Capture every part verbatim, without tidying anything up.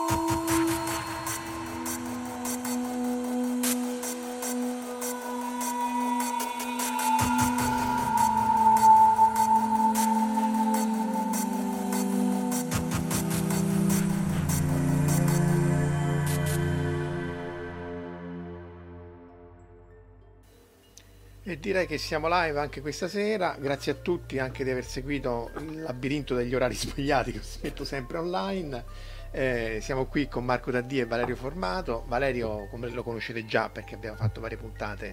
E direi che siamo live anche questa sera. Grazie a tutti anche di aver seguito il labirinto degli orari sbagliati che metto sempre online. Eh, siamo qui con Marco Taddì e Valerio Formato. Valerio, come lo conoscete già perché abbiamo fatto varie puntate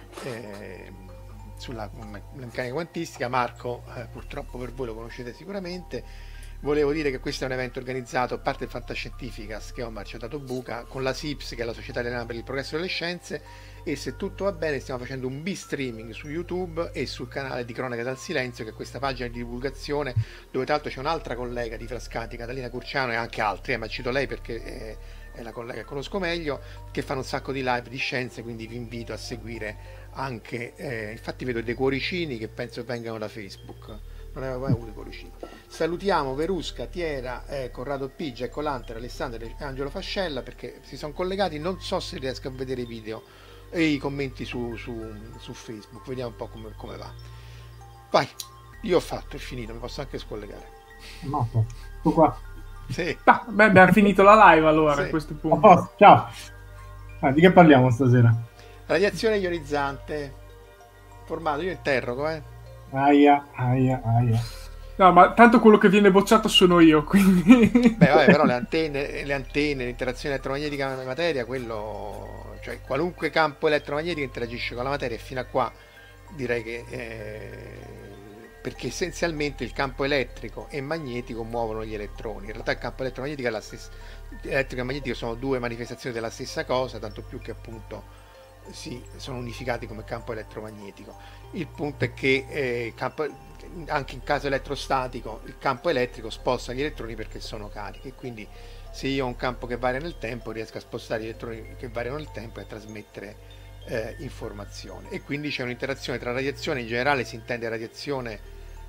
eh, sulla meccanica quantistica. Marco, eh, purtroppo per voi lo conoscete sicuramente. Volevo dire che questo è un evento organizzato a parte il Fantascientificas che Omar ci ha dato buca con la S I P S, che è la Società Italiana per il Progresso delle Scienze, e se tutto va bene stiamo facendo un B-streaming su YouTube e sul canale di Cronache dal Silenzio, che è questa pagina di divulgazione dove tra l'altro c'è un'altra collega di Frascati, Catalina Curciano, e anche altri, eh, ma cito lei perché è, è la collega che conosco meglio, che fanno un sacco di live di scienze, quindi vi invito a seguire anche, eh, infatti vedo dei cuoricini che penso vengano da Facebook. Non avevo mai avuto i cuoricini. Salutiamo Verusca, Tiera, eh, Corrado P, Giacco Lanter, Alessandro e Angelo Fascella perché si sono collegati. Non so se riesco a vedere i video e i commenti su, su, su Facebook. Vediamo un po' come, come va. Vai, io ho fatto, è finito, mi posso anche scollegare. No, sto qua. Sì. Ah, beh, abbiamo finito la live allora, sì. A questo punto. Oh, ciao. Ah, di che parliamo stasera? Radiazione ionizzante. Formato, io interrogo, eh. Aia, aia, aia. No, ma tanto quello che viene bocciato sono io, quindi... Beh, vabbè, però le antenne, le antenne, l'interazione elettromagnetica con la materia, quello... Cioè, qualunque campo elettromagnetico interagisce con la materia, e fino a qua direi che... Eh, perché essenzialmente il campo elettrico e magnetico muovono gli elettroni. In realtà il campo elettromagnetico è la stessa... Elettrico e magnetico sono due manifestazioni della stessa cosa, tanto più che appunto... Sì, sono unificati come campo elettromagnetico. Il punto è che eh, campo, anche in caso elettrostatico il campo elettrico sposta gli elettroni perché sono carichi, e quindi se io ho un campo che varia nel tempo riesco a spostare gli elettroni che variano nel tempo e a trasmettere eh, informazione, e quindi c'è un'interazione tra radiazione. In generale si intende radiazione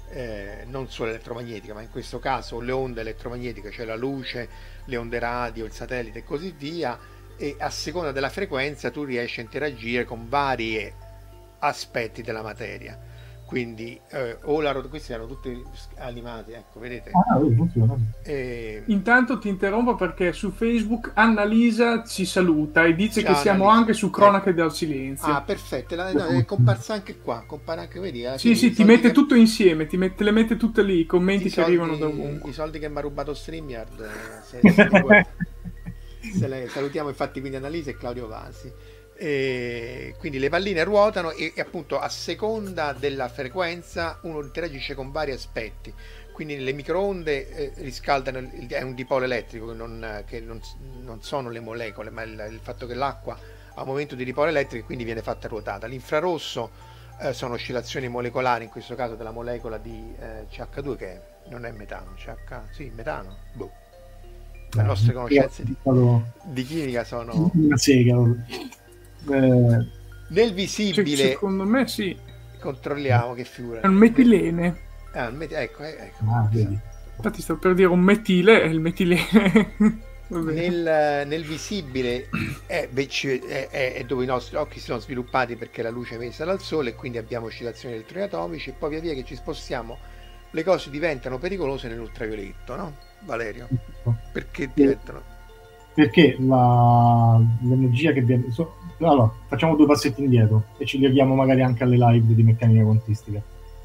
eh, non solo elettromagnetica, ma in questo caso le onde elettromagnetiche, cioè la luce, le onde radio, il satellite e così via, e a seconda della frequenza tu riesci a interagire con vari aspetti della materia. Quindi eh, o la rot- questi erano tutti animati, ecco, vedete. Ah, funziona. E... Intanto ti interrompo perché su Facebook Annalisa ci saluta e dice Ciao, che siamo Annalisa. anche su Cronache Eh. del Silenzio. Ah, perfetto, la, no, è comparsa anche qua, compare anche, vedi? Sì, sì, ti mette che... tutto insieme, ti mette, le mette tutte lì, i commenti I che soldi, arrivano da ovunque. I soldi che mi ha rubato StreamYard, se, se, se le, salutiamo infatti quindi Annalisa e Claudio Vasi. E quindi le palline ruotano e, e appunto a seconda della frequenza uno interagisce con vari aspetti. Quindi le microonde eh, riscaldano, il, è un dipolo elettrico che, non, che non, non sono le molecole, ma il, il fatto che l'acqua ha un momento di dipolo elettrico e quindi viene fatta ruotata. L'infrarosso eh, sono oscillazioni molecolari, in questo caso della molecola di eh, C H due, che non è metano, C H, sì, metano, boh. Le nostre conoscenze di, di chimica sono una sega. Eh, nel visibile, cioè, secondo me sì, controlliamo che figura è un metilene. Ah, met- ecco, ecco. Ah, vedi. Infatti sto per dire un metile e il metilene. nel, nel visibile è, è, è dove i nostri occhi si sono sviluppati perché la luce è emessa dal sole e quindi abbiamo oscillazioni di elettroni atomici, e poi via via che ci spostiamo le cose diventano pericolose nell'ultravioletto, no Valerio? Perché diventano? Perché la, l'energia che viene... So, allora, facciamo due passetti indietro e ci leghiamo magari anche alle live di meccanica quantistica.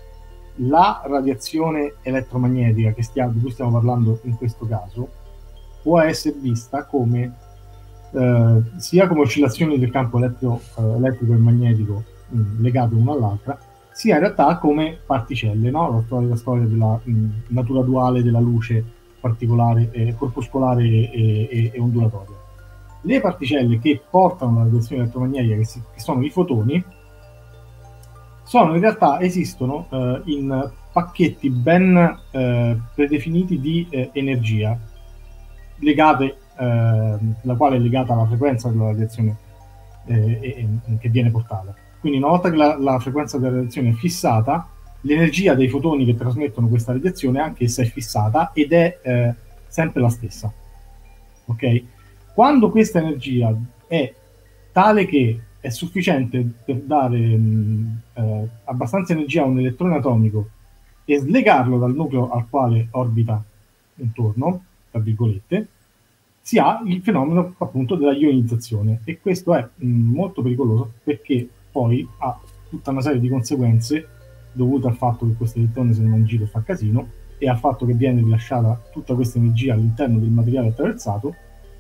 La radiazione elettromagnetica che stiamo, di cui stiamo parlando in questo caso può essere vista come eh, sia come oscillazioni del campo elettro, eh, elettrico e magnetico mh, legate l'una all'altra, sia in realtà come particelle, no? La storia, la storia della mh, natura duale della luce particolare, eh, corpuscolare e, e, e ondulatoria. Le particelle che portano la radiazione elettromagnetica, che, si, che sono i fotoni, sono in realtà, esistono eh, in pacchetti ben eh, predefiniti di eh, energia, legate, eh, la quale è legata alla frequenza della radiazione eh, e, e, che viene portata. Quindi una volta che la, la frequenza della radiazione è fissata, l'energia dei fotoni che trasmettono questa radiazione anche essa è fissata ed è eh, sempre la stessa. ok? Quando questa energia è tale che è sufficiente per dare mh, eh, abbastanza energia a un elettrone atomico e slegarlo dal nucleo al quale orbita intorno, tra virgolette, si ha il fenomeno appunto della ionizzazione, e questo è mh, molto pericoloso perché poi ha tutta una serie di conseguenze dovute al fatto che questo elettrone se ne va in giro e fa casino, e al fatto che viene rilasciata tutta questa energia all'interno del materiale attraversato,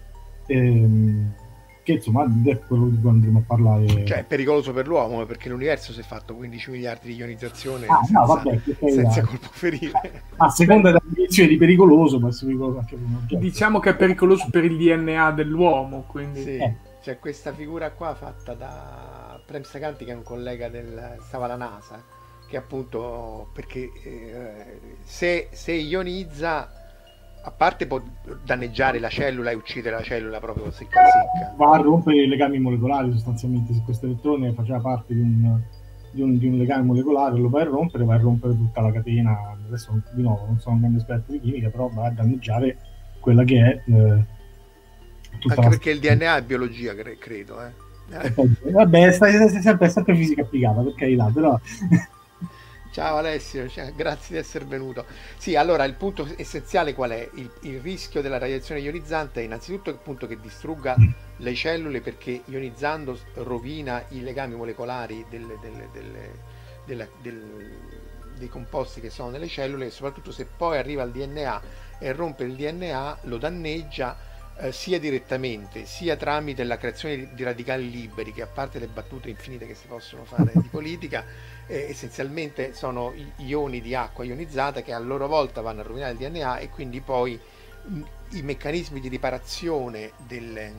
ehm, che insomma è quello di cui andremo a parlare. Cioè è pericoloso per l'uomo perché l'universo si è fatto quindici miliardi di ionizzazione ah, senza, no, vabbè, senza colpo ferire. A seconda della definizione di pericoloso, ma è pericoloso anche per un oggetto. Diciamo che è pericoloso per il D N A dell'uomo, quindi... Sì, Eh. c'è questa figura qua fatta da Prem Sakanti, che è un collega del stava alla NASA, che appunto perché eh, se, se ionizza, a parte può danneggiare la cellula e uccidere la cellula proprio secca secca, va a rompere i legami molecolari sostanzialmente. Se questo elettrone faceva parte di un, di un, di un legame molecolare, lo va a rompere, va a rompere tutta la catena. Adesso di nuovo non sono un grande esperto di chimica, però va a danneggiare quella che è eh, tutta anche la... perché il D N A è biologia, cre- credo eh. Vabbè, stai, stai sempre, sempre fisica applicata, per carità, però... Ciao Alessio, cioè, grazie di essere venuto. Sì, allora il punto essenziale qual è? Il, il rischio della radiazione ionizzante è innanzitutto appunto che distrugga le cellule, perché ionizzando rovina i legami molecolari delle, delle, delle, delle, del, dei composti che sono nelle cellule, e soprattutto se poi arriva al D N A e rompe il D N A lo danneggia eh, sia direttamente sia tramite la creazione di, di radicali liberi, che a parte le battute infinite che si possono fare di politica, Eh, essenzialmente sono ioni di acqua ionizzata che a loro volta vanno a rovinare il D N A, e quindi poi mh, i meccanismi di riparazione delle,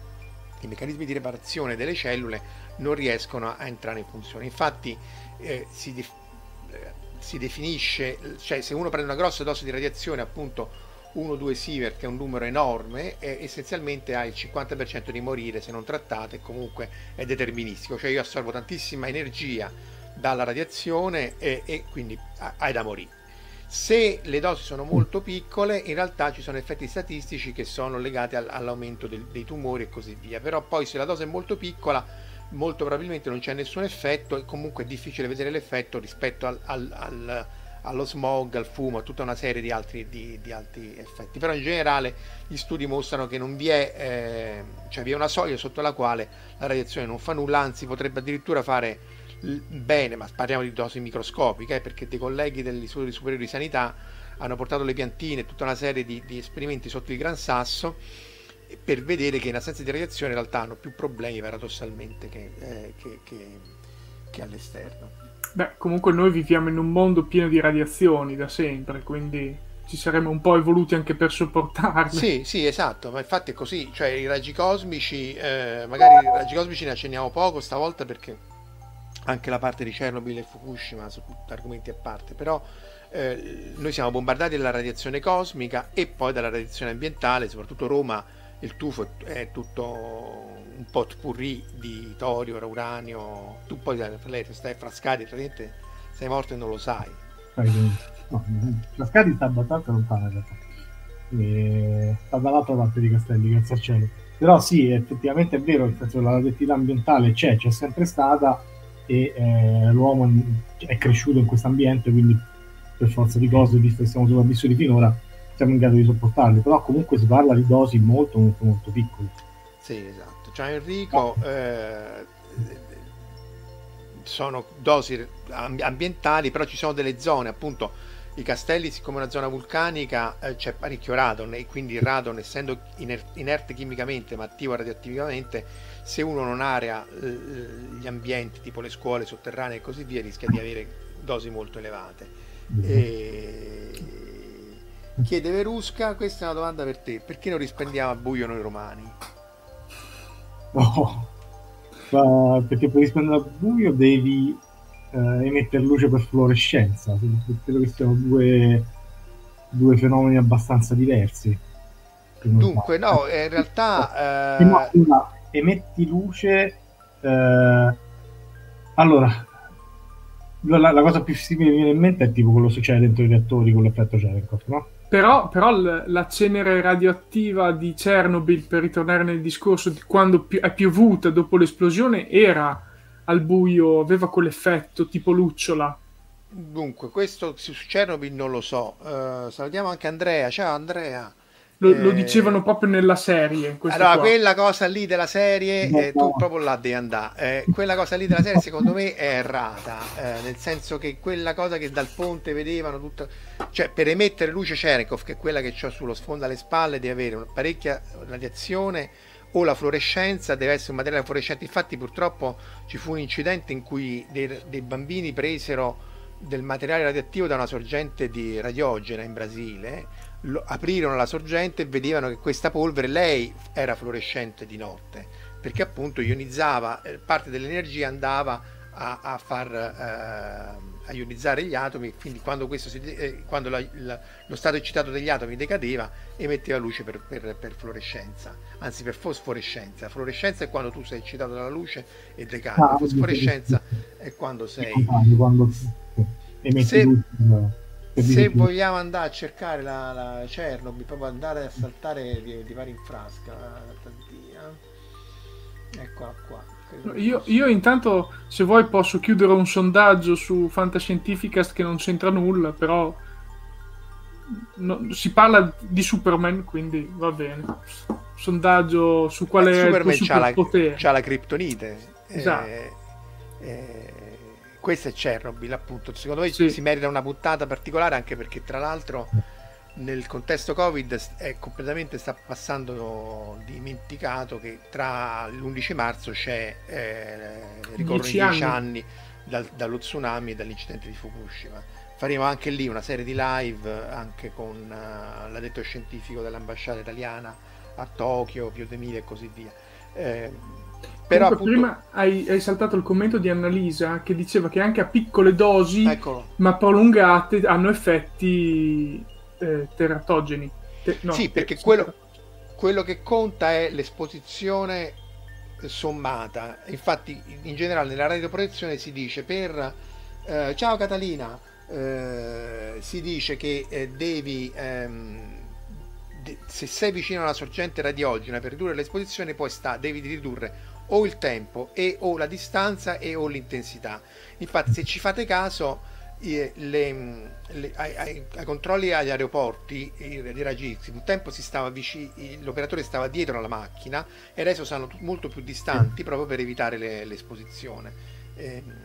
i meccanismi di riparazione delle cellule non riescono a entrare in funzione. Infatti eh, si, def- eh, si definisce, cioè se uno prende una grossa dose di radiazione, appunto uno due sievert, che è un numero enorme, eh, essenzialmente ha il cinquanta per cento di morire se non trattate, e comunque è deterministico, cioè io assorbo tantissima energia dalla radiazione e, e quindi hai da morire. Se le dosi sono molto piccole, in realtà ci sono effetti statistici che sono legati al, all'aumento del, dei tumori e così via, però poi se la dose è molto piccola molto probabilmente non c'è nessun effetto, e comunque è difficile vedere l'effetto rispetto al, al, al, allo smog, al fumo, a tutta una serie di altri, di, di altri effetti. Però in generale gli studi mostrano che non vi è, eh, cioè vi è una soglia sotto la quale la radiazione non fa nulla, anzi potrebbe addirittura fare bene, ma parliamo di dosi microscopiche, eh, perché dei colleghi degli studi superiori di sanità hanno portato le piantine e tutta una serie di, di esperimenti sotto il Gran Sasso per vedere che in assenza di radiazione in realtà hanno più problemi paradossalmente che, eh, che, che, che all'esterno. Beh, comunque noi viviamo in un mondo pieno di radiazioni da sempre, quindi ci saremmo un po' evoluti anche per sopportarle. Sì, sì, esatto, ma infatti è così, cioè i raggi cosmici, eh, magari i raggi cosmici ne accenniamo poco stavolta, perché anche la parte di Chernobyl e Fukushima sono argomenti a parte, però eh, noi siamo bombardati dalla radiazione cosmica e poi dalla radiazione ambientale, soprattutto Roma, il tufo è tutto un potpourri di torio, uranio, tu poi stai Frascati, praticamente sei morto e non lo sai. No, Frascati sta abbastanza lontano in realtà, e sta dall'altra parte di Castelli, grazie al cielo, però sì, effettivamente è vero, nel senso che la radioattività ambientale c'è, c'è sempre stata, e eh, l'uomo è cresciuto in questo ambiente, quindi per forza di cose, visto che siamo sopravvissuti finora, siamo in grado di sopportarli, però comunque si parla di dosi molto molto molto piccole. Sì, esatto. Ciao Enrico, eh, sono dosi ambientali, però ci sono delle zone, appunto i Castelli, siccome è una zona vulcanica, eh, c'è parecchio radon, e quindi il radon, essendo inerte, inerte chimicamente ma attivo radioattivamente, se uno non area eh, gli ambienti tipo le scuole sotterranee e così via, rischia di avere dosi molto elevate. Mm-hmm. E... chiede Verusca, questa è una domanda per te: perché non rispendiamo a buio noi romani? No, uh, perché per rispondere al buio devi uh, emettere luce per fluorescenza. Credo che siano due, due fenomeni abbastanza diversi. Dunque no, in realtà uh... no, no, emetti luce uh, allora la, la cosa più simile che mi viene in mente è tipo quello che succede dentro i reattori con l'effetto Cherenkov, no? Però, però l- la cenere radioattiva di Chernobyl, per ritornare nel discorso di quando pi- è piovuta dopo l'esplosione, era al buio, aveva quell'effetto tipo lucciola. Dunque, questo su Chernobyl non lo so. Eh, salutiamo anche Andrea. Ciao Andrea. Lo, lo Eh, dicevano proprio nella serie, questo allora, qua. quella cosa lì della serie, No, eh, tu no. proprio là devi andare. Eh, quella cosa lì della serie, secondo me, è errata. Eh, nel senso che quella cosa che dal ponte vedevano, tutta... cioè per emettere luce Cherenkov, che è quella che ho sullo sfondo alle spalle, devi avere una parecchia radiazione o la fluorescenza, deve essere un materiale fluorescente. Infatti, purtroppo ci fu un incidente in cui dei, dei bambini presero del materiale radioattivo da una sorgente di radiogena in Brasile, lo, aprirono la sorgente e vedevano che questa polvere, lei era fluorescente di notte, perché appunto ionizzava, eh, parte dell'energia andava a, a far eh, a ionizzare gli atomi, quindi quando, questo si, eh, quando la, la, lo stato eccitato degli atomi decadeva, emetteva luce per, per, per fluorescenza, anzi per fosforescenza. La fluorescenza è quando tu sei eccitato dalla luce e decade, la Ah, fosforescenza è quando sei... quando emetti Se, luce per se dire più. vogliamo andare a cercare la, la Chernobyl, proprio andare a saltare di, di fare in frasca la tantina, eccola qua. Credo che Io, posso- io intanto, se vuoi, posso chiudere un sondaggio su Fantascientificast che non c'entra nulla, però no- si parla di Superman, quindi va bene. Sondaggio su qual Beh, è il tuo Superman c'ha la, superpotere. c'ha la criptonite. Esatto, Eh, eh, questa è Chernobyl, appunto. Secondo me sì. si merita una puntata particolare, anche perché tra l'altro nel contesto Covid è completamente, sta passando dimenticato che tra l'undici marzo c'è eh, ricorrono i Dieci dieci anni. anni dal- dallo tsunami e dall'incidente di Fukushima. Faremo anche lì una serie di live anche con eh, l'addetto scientifico dell'ambasciata italiana a Tokyo, Pio De Mille e così via. Eh, però Comunque, appunto, prima hai, hai saltato il commento di Annalisa che diceva che anche a piccole dosi, eccolo. ma prolungate, hanno effetti eh, teratogeni. Te- no, Sì, te- perché sì, quello, quello che conta è l'esposizione sommata. Infatti, in generale, nella radioprotezione si dice per eh, ciao Catalina, eh, si dice che eh, devi ehm, de- se sei vicino alla sorgente radiogena per ridurre l'esposizione, poi sta, devi ridurre o il tempo e o la distanza e o l'intensità. Infatti, se ci fate caso, i- le- le- ai, ai- ai controlli agli aeroporti i- di raggi X, un tempo si stava vicino, l'operatore stava dietro alla macchina e adesso stanno t- molto più distanti proprio per evitare le- l'esposizione. Ehm,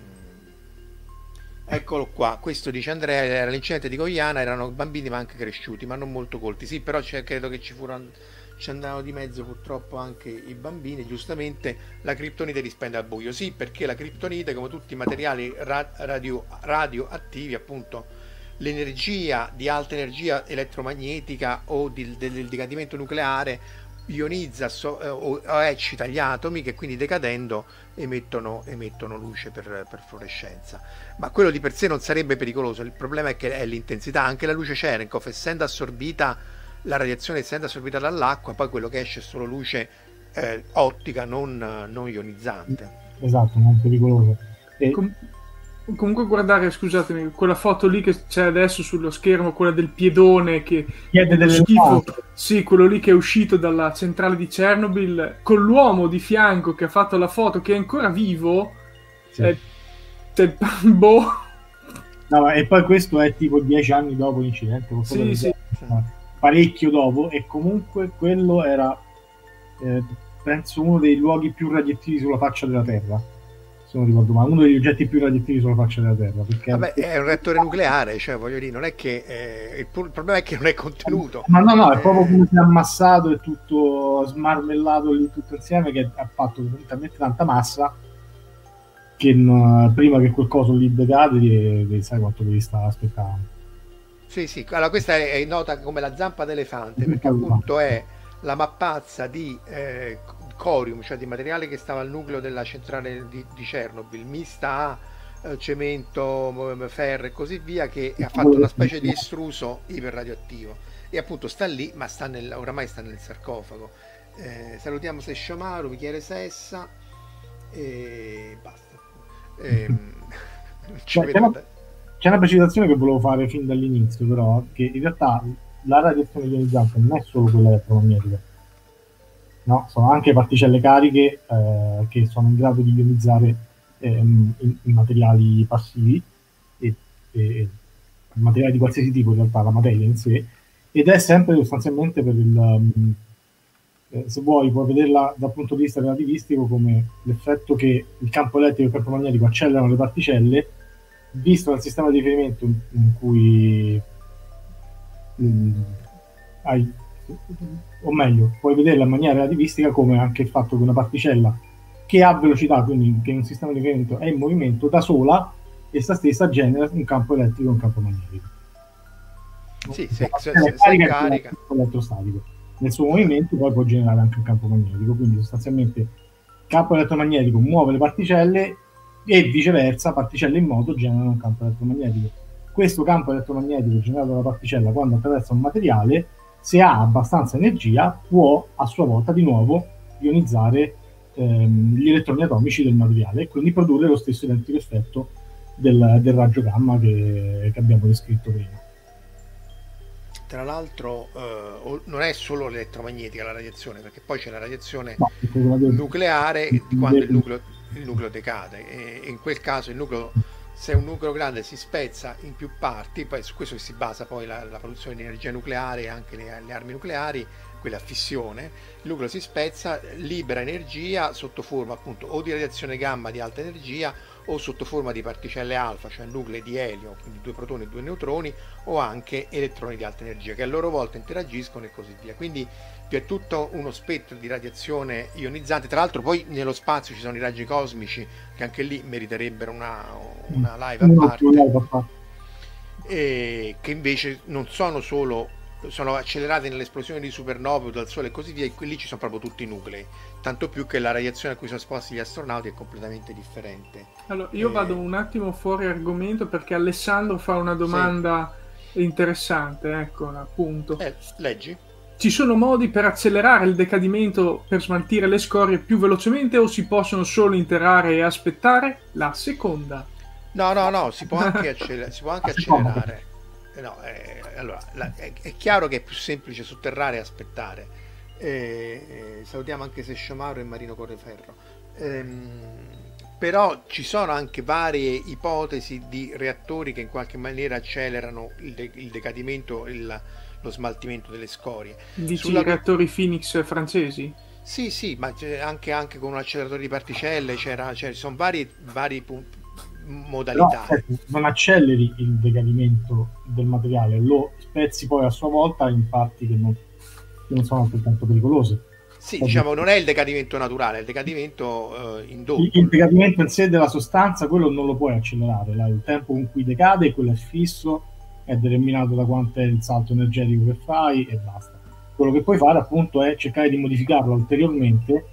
Eccolo qua, questo dice Andrea, era l'incidente di Goiana, erano bambini ma anche cresciuti, ma non molto colti. Sì, però c'è- credo che ci furono, ci andavano di mezzo purtroppo anche i bambini. Giustamente la criptonite rispende al buio. Sì, perché la criptonite, come tutti i materiali ra- radio- radioattivi, appunto, l'energia di alta energia elettromagnetica o di- del, del decadimento nucleare ionizza so- eh, o, o eccita gli atomi che quindi decadendo emettono, emettono luce per, per fluorescenza. Ma quello di per sé non sarebbe pericoloso, il problema è che è l'intensità. Anche la luce Cherenkov, essendo assorbita, la radiazione essendo assorbita dall'acqua, poi quello che esce è solo luce eh, ottica, non, non ionizzante. Esatto, non pericoloso. E Com- comunque guardare, scusatemi, quella foto lì che c'è adesso sullo schermo, quella del piedone che chiede uno delle schifo, domande. sì, quello lì che è uscito dalla centrale di Chernobyl con l'uomo di fianco che ha fatto la foto che è ancora vivo. Sì. eh, te- boh. No, ma- e poi questo è tipo dieci anni dopo l'incidente, qualcosa Sì, del sì. genere. Parecchio dopo, e comunque quello era eh, penso uno dei luoghi più radioattivi sulla faccia della Terra, se non ricordo male, uno degli oggetti più radioattivi sulla faccia della Terra, perché Vabbè, è un reattore nucleare, cioè voglio dire, non è che eh, il, il problema è che non è contenuto. ma no, no, è Eh, proprio come si è ammassato e tutto smarmellato lì tutto insieme, che ha fatto talmente tanta massa che no, prima che quel coso lì decade devi- sai quanto devi stare aspettando. Sì, sì, allora questa è, è nota come la zampa d'elefante, perché appunto è la mappazza di eh, corium, cioè di materiale che stava al nucleo della centrale di, di Chernobyl, mista a eh, cemento, m- ferro e così via, che ha fatto una specie di estruso iperradioattivo. E appunto sta lì, ma sta nel, oramai sta nel sarcofago. Eh, salutiamo Sesciamaru, Michele Sessa e basta. Ehm, ci Beh, vedo c'è, una, da- c'è una precisazione che volevo fare fin dall'inizio, però, che in realtà la radiazione ionizzante non è solo quella elettromagnetica, no? Sono anche particelle cariche eh, che sono in grado di ionizzare ehm, in, in materiali passivi e, e materiali di qualsiasi tipo, in realtà la materia in sé, ed è sempre sostanzialmente per il um, eh, se vuoi puoi vederla dal punto di vista relativistico come l'effetto che il campo elettrico e il campo magnetico accelerano le particelle, visto nel sistema di riferimento in, in cui um, hai, o meglio, puoi vederla in maniera relativistica come anche il fatto che una particella che ha velocità, quindi che in un sistema di riferimento è in movimento, da sola essa stessa genera un campo elettrico e un campo magnetico. Sì, se, se, se, se carica elettrostatico. Nel suo movimento poi può generare anche un campo magnetico, quindi sostanzialmente il campo elettromagnetico muove le particelle e viceversa, particelle in moto generano un campo elettromagnetico. Questo campo elettromagnetico generato dalla particella, quando attraversa un materiale, se ha abbastanza energia, può a sua volta di nuovo ionizzare ehm, gli elettroni atomici del materiale e quindi produrre lo stesso identico effetto del, del raggio gamma che, che abbiamo descritto prima. Tra l'altro eh, non è solo l'elettromagnetica la radiazione, perché poi c'è la radiazione no, nucleare quando il nucleo, il nucleo decade, e in quel caso il nucleo, se un nucleo grande si spezza in più parti, poi su questo si basa poi la, la produzione di energia nucleare e anche le, le armi nucleari, quella a fissione, il nucleo si spezza, libera energia sotto forma appunto o di radiazione gamma di alta energia o sotto forma di particelle alfa, cioè nuclei di elio, quindi due protoni e due neutroni, o anche elettroni di alta energia che a loro volta interagiscono e così via. Quindi vi è tutto uno spettro di radiazione ionizzante. Tra l'altro poi nello spazio ci sono i raggi cosmici che anche lì meriterebbero una, una live a parte, e che invece non sono solo, sono accelerate nell'esplosione di supernove dal Sole e così via, e lì ci sono proprio tutti i nuclei, tanto più che la radiazione a cui sono esposti gli astronauti è completamente differente. Allora io eh... vado un attimo fuori argomento perché Alessandro fa una domanda sì. interessante, eccola appunto. Eh, leggi? Ci sono modi per accelerare il decadimento per smaltire le scorie più velocemente o si possono solo interrare e aspettare? La seconda. No, no, no, si può anche, acceler- si può anche accelerare. No, eh, allora, la, è, è chiaro che è più semplice sotterrare e aspettare. Eh, eh, salutiamo anche Sesciomaro e Marino Correferro. Ehm, però ci sono anche varie ipotesi di reattori che in qualche maniera accelerano il, de- il decadimento, il, lo smaltimento delle scorie. Dici Sulla... i reattori Phoenix francesi? Sì, sì, ma anche, anche con un acceleratore di particelle c'era, c'era, ci sono vari, vari punti. Modalità. Però, non acceleri il decadimento del materiale, lo spezzi poi a sua volta in parti che non, che non sono altrettanto pericolose. Sì, diciamo, non è il decadimento naturale, è il decadimento eh, indotto. Il, il decadimento in sé della sostanza, quello non lo puoi accelerare, là. Il tempo con cui decade, quello è fisso, è determinato da quanto è il salto energetico che fai e basta. Quello che puoi fare appunto è cercare di modificarlo ulteriormente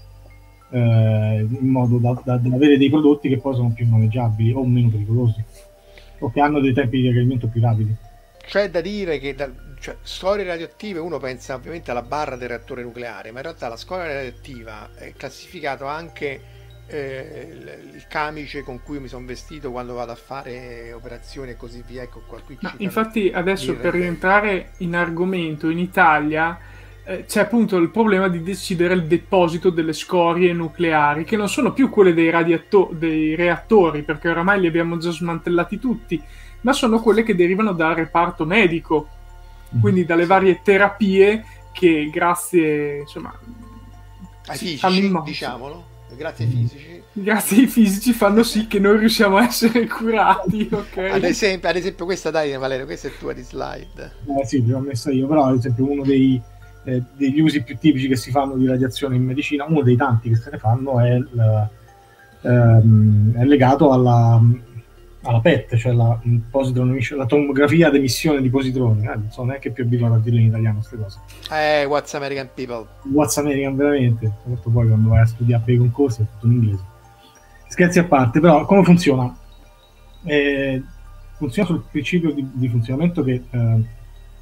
in modo da, da, da avere dei prodotti che poi sono più maneggiabili o meno pericolosi o che hanno dei tempi di decadimento più rapidi. C'è da dire che da, cioè, scorie radioattive, uno pensa ovviamente alla barra del reattore nucleare, ma in realtà la scoria radioattiva è classificato anche eh, il, il camice con cui mi sono vestito quando vado a fare operazioni e così via. Ecco qua, qui no, infatti adesso per rientrare in argomento, in Italia c'è appunto il problema di decidere il deposito delle scorie nucleari, che non sono più quelle dei, radiato- dei reattori, perché oramai li abbiamo già smantellati tutti, ma sono quelle che derivano dal reparto medico, quindi dalle varie terapie che grazie insomma ai fisici, diciamolo, grazie ai fisici grazie ai fisici fanno sì che noi riusciamo a essere curati, ok? Ad esempio, ad esempio questa, dai Valerio, questa è tua di slide. Eh sì, l'ho messa io, però ad esempio uno dei Eh, degli usi più tipici che si fanno di radiazione in medicina, uno dei tanti che se ne fanno è, il, ehm, è legato alla, alla P E T, cioè la, la tomografia ad emissione di positroni. Eh, non so neanche più abituato a dirle in italiano queste cose. Eh, what's American people? What's American veramente, soprattutto poi quando vai a studiare per i concorsi è tutto in inglese. Scherzi a parte, però come funziona? Eh, funziona sul principio di, di funzionamento che eh,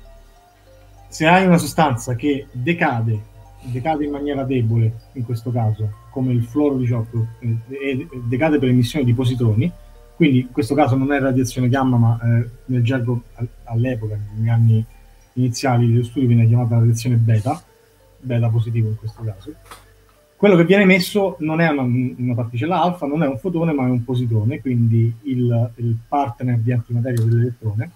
se hai una sostanza che decade, decade in maniera debole, in questo caso, come il fluoro diciotto, e decade per emissione di positroni, quindi in questo caso non è radiazione gamma, ma eh, nel gergo all'epoca, negli anni iniziali dello studio viene chiamata radiazione beta, beta positivo in questo caso. Quello che viene emesso non è una, una particella alfa, non è un fotone, ma è un positone, quindi il, il partner di antimateria dell'elettrone.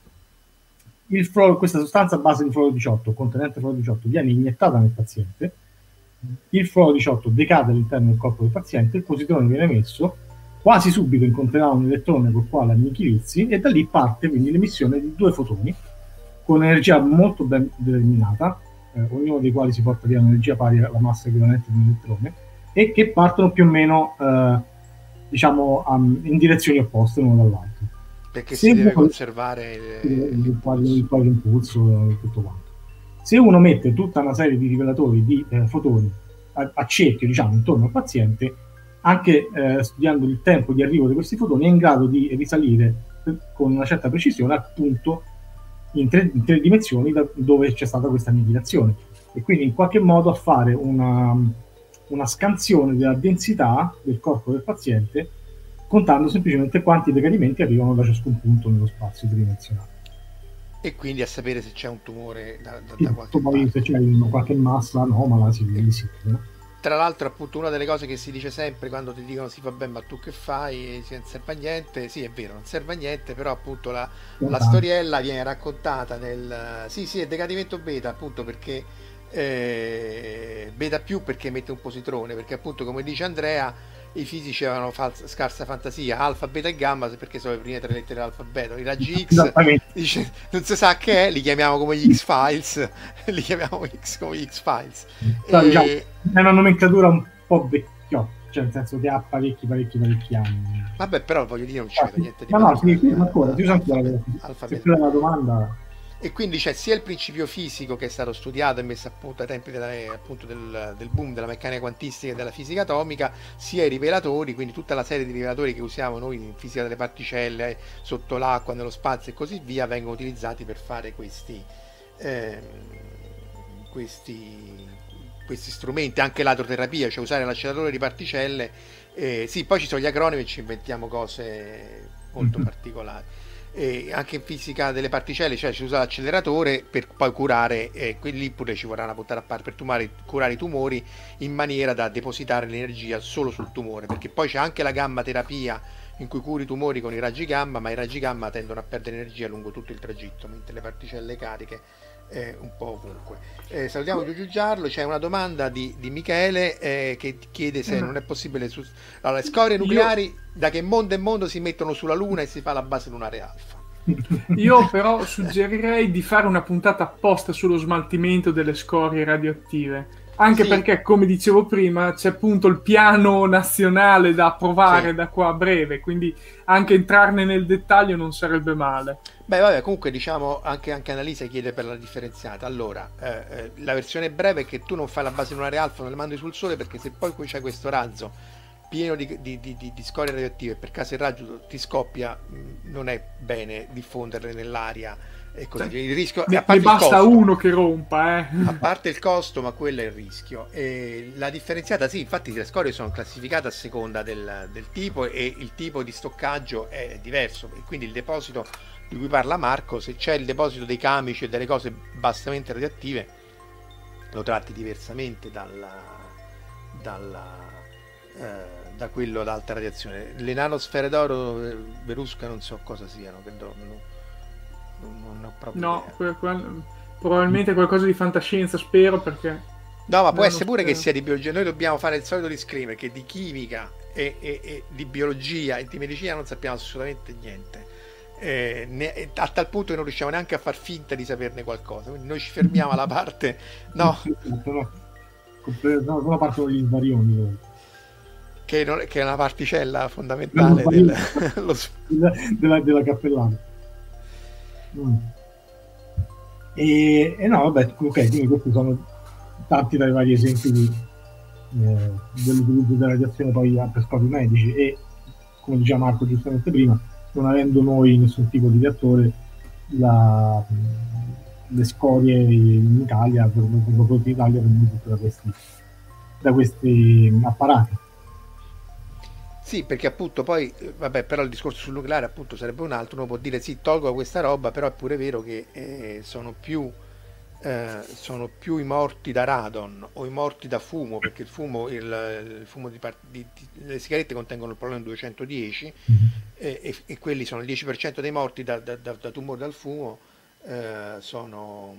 Il fluoro, questa sostanza a base di fluoro diciotto, contenente fluoro diciotto, viene iniettata nel paziente, il fluoro diciotto decade all'interno del corpo del paziente, il positone viene emesso, quasi subito incontrerà un elettrone col quale annichilirsi e da lì parte quindi l'emissione di due fotoni con energia molto ben determinata, eh, ognuno dei quali si porta via un'energia pari alla massa equivalente di un elettrone, e che partono più o meno eh, diciamo um, in direzioni opposte l'uno dall'altro. Perché se si deve uno, conservare il, il, il, quadro, il quadro impulso e tutto quanto. Se uno mette tutta una serie di rivelatori di eh, fotoni a, a cerchio, diciamo, intorno al paziente, anche eh, studiando il tempo di arrivo di questi fotoni, è in grado di risalire eh, con una certa precisione al punto in tre, in tre dimensioni da, dove c'è stata questa annichilazione, e quindi in qualche modo a fare una, una scansione della densità del corpo del paziente, contando semplicemente quanti decadimenti arrivano da ciascun punto nello spazio tridimensionale. E quindi a sapere se c'è un tumore da, da, sì, da qualche parte. Se c'è una, qualche massa anomala si vede, si vede. Tra l'altro, appunto, una delle cose che si dice sempre quando ti dicono sì vabbè ma tu che fai, non serve a niente, sì è vero, non serve a niente, però appunto la, la storiella viene raccontata nel sì sì è decadimento beta, appunto perché eh, beta più perché mette un positrone, perché appunto come dice Andrea i fisici avevano falsa, scarsa fantasia, alfa, beta e gamma perché sono le prime tre lettere dell'alfabeto, i raggi X dice, non si sa che è, li chiamiamo come gli X-Files, li chiamiamo X come gli X-Files. No, e... diciamo, è una nomenclatura un po' vecchiotta, cioè nel senso che ha parecchi parecchi parecchi anni. Vabbè, però voglio dire non c'è ah, niente di no, no, sì, sì, ancora, si usa ancora la domanda. E quindi c'è sia il principio fisico che è stato studiato e messo a punto ai tempi della, appunto del, del boom della meccanica quantistica e della fisica atomica, sia i rivelatori, quindi tutta la serie di rivelatori che usiamo noi in fisica delle particelle, sotto l'acqua, nello spazio e così via, vengono utilizzati per fare questi, eh, questi, questi strumenti, anche l'adroterapia, cioè usare l'acceleratore di particelle. Eh, sì, poi ci sono gli acronimi e ci inventiamo cose molto mm-hmm. particolari. E anche in fisica delle particelle, cioè si usa l'acceleratore per poi curare, e eh, lì pure ci vorrà una puntata a parte per tumare, curare i tumori in maniera da depositare l'energia solo sul tumore, perché poi c'è anche la gamma terapia in cui curi i tumori con i raggi gamma, ma i raggi gamma tendono a perdere energia lungo tutto il tragitto, mentre le particelle cariche eh, un po' ovunque. Eh, salutiamo Giugiu Giarlo, c'è una domanda di, di Michele eh, che chiede se non è possibile su... allora, le scorie nucleari Io... da che mondo e mondo si mettono sulla Luna e si fa la base lunare alfa. Io però suggerirei di fare una puntata apposta sullo smaltimento delle scorie radioattive, anche sì. perché, come dicevo prima, c'è appunto il piano nazionale da approvare sì. da qua a breve, quindi anche entrarne nel dettaglio non sarebbe male. Beh, vabbè, comunque diciamo anche, anche Annalisa chiede per la differenziata. Allora, eh, eh, la versione breve è che tu non fai la base lunare alfa, non le mandi sul Sole, perché se poi c'è questo razzo pieno di, di, di, di, di scorie radioattive, per caso il raggio ti scoppia, mh, non è bene diffonderle nell'aria e così via. Il rischio ne, a parte ne basta il costo, uno che rompa, eh. a parte il costo, ma quello è il rischio. E la differenziata, sì, infatti le scorie sono classificate a seconda del, del tipo, e il tipo di stoccaggio è diverso, e quindi il deposito di cui parla Marco, se c'è il deposito dei camici e delle cose bassamente radioattive, lo tratti diversamente dalla, dalla eh, da quello ad alta radiazione. Le nanosfere d'oro, Verusca, non so cosa siano, credo, non, non ho proprio no, quel, quel, probabilmente qualcosa di fantascienza, spero, perché no, ma può essere pure che sia di biologia. Noi dobbiamo fare il solito disclaimer che di chimica e, e, e di biologia e di medicina non sappiamo assolutamente niente, eh, ne, a tal punto che non riusciamo neanche a far finta di saperne qualcosa, quindi noi ci fermiamo alla parte no sono parte degli svarioni che, non, che è una particella fondamentale del, lo... della, della cappellana. Mm. E, e no, vabbè, ok, quindi questi sono tanti dai vari esempi di, eh, dell'utilizzo della radiazione poi per scopi medici, e come diceva Marco giustamente prima, non avendo noi nessun tipo di reattore, la, le scorie in Italia vengono prodotte in Italia vengono tutte da questi, da questi apparati. Sì, perché appunto poi, eh, vabbè, però il discorso sul nucleare appunto sarebbe un altro, uno può dire sì, tolgo questa roba, però è pure vero che eh, sono più, eh, sono più i morti da radon o i morti da fumo, perché il fumo, il, il fumo di, par- di- di- le sigarette contengono il polonio duecentodieci Mhm. e, e- e quelli sono il dieci per cento dei morti da, da, da, da tumore dal fumo, eh, sono,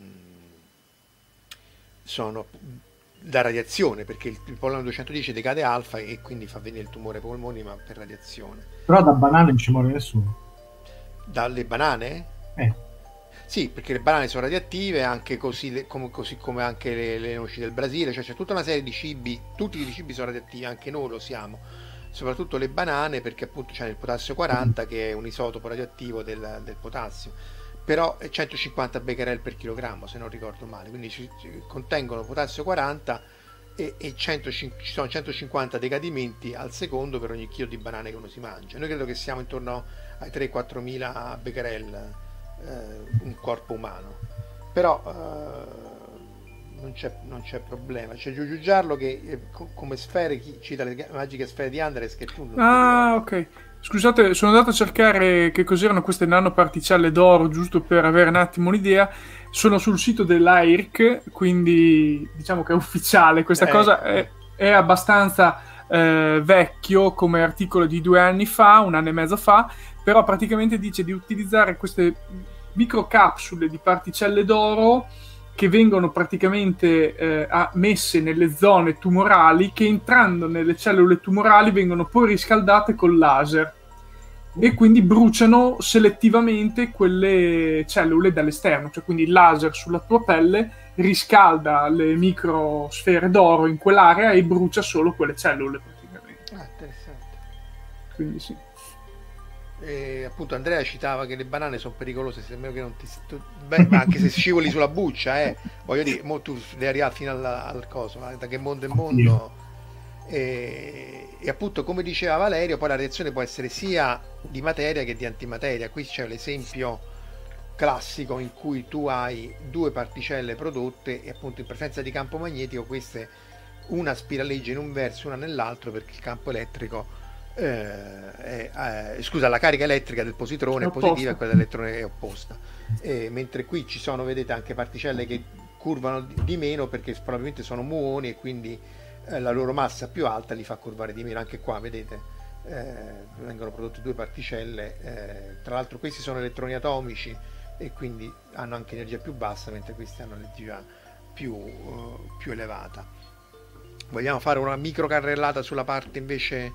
sono da radiazione, perché il, il polonio duecentodieci decade alfa e quindi fa venire il tumore ai polmoni, ma per radiazione. Però da banane non ci muore nessuno. Dalle banane? Eh, Sì, perché le banane sono radioattive, anche così, le- come, così come anche le, le noci del Brasile, cioè c'è tutta una serie di cibi, tutti i cibi sono radioattivi, anche noi lo siamo, soprattutto le banane, perché appunto c'è il potassio quaranta che è un isotopo radioattivo del, del potassio, però è centocinquanta becquerel per chilogrammo, se non ricordo male, quindi ci- ci- contengono potassio quaranta e, e centocinquanta ci sono centocinquanta decadimenti al secondo per ogni chilo di banane che uno si mangia. Noi credo che siamo intorno ai tre quattro mila becquerel, eh, un corpo umano, però eh, non c'è, non c'è problema. C'è Giugiu Giarlo che eh, co- come sfere chi- cita le ga- magiche sfere di Andres che tu non ti Ah, ricordi. ok. Scusate, sono andato a cercare che cos'erano queste nanoparticelle d'oro, giusto per avere un attimo un'idea. Sono sul sito dell'A I R C, quindi diciamo che è ufficiale. Questa cosa Ecco. è, è abbastanza eh, vecchio come articolo di due anni fa, un anno e mezzo fa, però praticamente dice di utilizzare queste microcapsule di particelle d'oro che vengono praticamente eh, a- messe nelle zone tumorali, che entrando nelle cellule tumorali vengono poi riscaldate col laser e quindi bruciano selettivamente quelle cellule dall'esterno, cioè quindi il laser sulla tua pelle riscalda le microsfere d'oro in quell'area e brucia solo quelle cellule praticamente. Ah, interessante. Quindi sì. E appunto Andrea citava che le banane sono pericolose, se meno che non ti tu- beh, ma anche se scivoli sulla buccia, eh, voglio dire, mo tu devi arrivare fino al, al coso, ma da che mondo è mondo. E, e appunto come diceva Valerio, poi la reazione può essere sia di materia che di antimateria. Qui c'è l'esempio classico in cui tu hai due particelle prodotte e appunto in presenza di campo magnetico queste una spiraleggia in un verso, una nell'altro, perché il campo elettrico eh, è, eh, scusa, la carica elettrica del positrone È è positiva opposta. e quella dell'elettrone è opposta. E mentre qui ci sono, vedete, anche particelle che curvano di di meno perché probabilmente sono muoni e quindi eh, la loro massa più alta li fa curvare di meno. Anche qua vedete eh, vengono prodotte due particelle, eh, tra l'altro questi sono elettroni atomici e quindi hanno anche energia più bassa, mentre questi hanno energia più, eh, più elevata. Vogliamo fare una micro carrellata sulla parte invece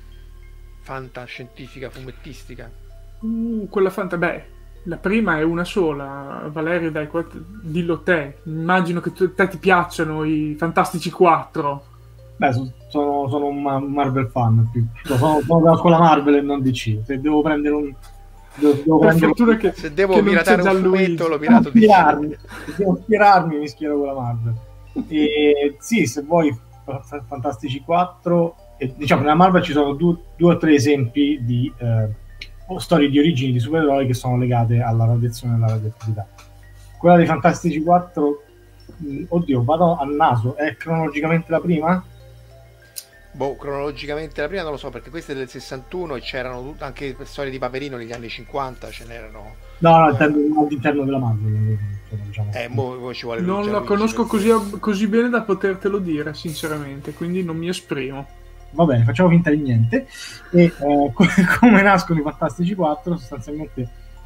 fantascientifica fumettistica? Uh, quella fanta... Beh, la prima è una sola. Valerio, dai, qua- dillo te. Immagino che tu- te ti piacciono i Fantastici quattro. beh, so- sono, sono un Ma- Marvel fan, più. Sono, sono della scuola Marvel e non D C. Se devo prendere un... Devo, devo Per prendere fortuna che, Se devo che non piratare c'è un Gianluigi. fumetto, lo devo pirato di ispirarmi, se devo ispirarmi mi schiero con la Marvel. E sì, se vuoi Fa- Fa- Fantastici quattro, e, diciamo nella Marvel ci sono due, due o tre esempi di eh, o storie di origini di supereroi che sono legate alla radiazione e alla radioattività. Quella dei Fantastici quattro, mh, oddio, vado al naso, è cronologicamente la prima? Boh, cronologicamente la prima non lo so, perché queste è del sessantuno e c'erano tut- anche storie di Paperino negli anni cinquanta, ce n'erano. No, no, eh, intendo all'interno della Marvel. Cioè, diciamo. eh, mo, mo ci vuole Non Luigi, la Luigi conosco per- così, così bene da potertelo dire, sinceramente, quindi non mi esprimo. Va bene, facciamo finta di niente. E eh, co- come nascono i Fantastici quattro? Sostanzialmente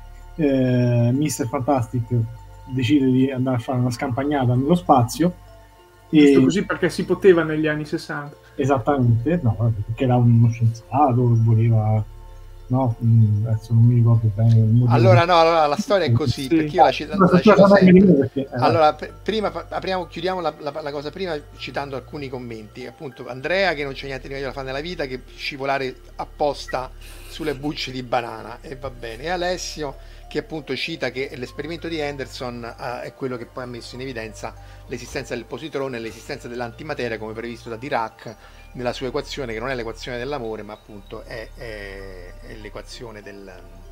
eh, mister Fantastic decide di andare a fare una scampagnata nello spazio. Giusto E, così perché si poteva negli anni sessanta. esattamente, no, vabbè, perché era uno scienziato che voleva, no, mh, adesso non mi ricordo bene il motivo. Allora, no, allora la storia è così, Sì. perché io la, cito, Questo la cito scusa, meglio di me sempre. perché, eh, Allora, p- prima fa- apriamo, chiudiamo la, la- la cosa prima citando alcuni commenti. Appunto, Andrea che non c'è niente di meglio da fare nella vita che scivolare apposta sulle bucce di banana, e va bene. E Alessio che appunto cita che l'esperimento di Henderson eh, è quello che poi ha messo in evidenza l'esistenza del positrone e l'esistenza dell'antimateria come previsto da Dirac nella sua equazione, che non è l'equazione dell'amore, ma appunto è, è- è l'equazione del,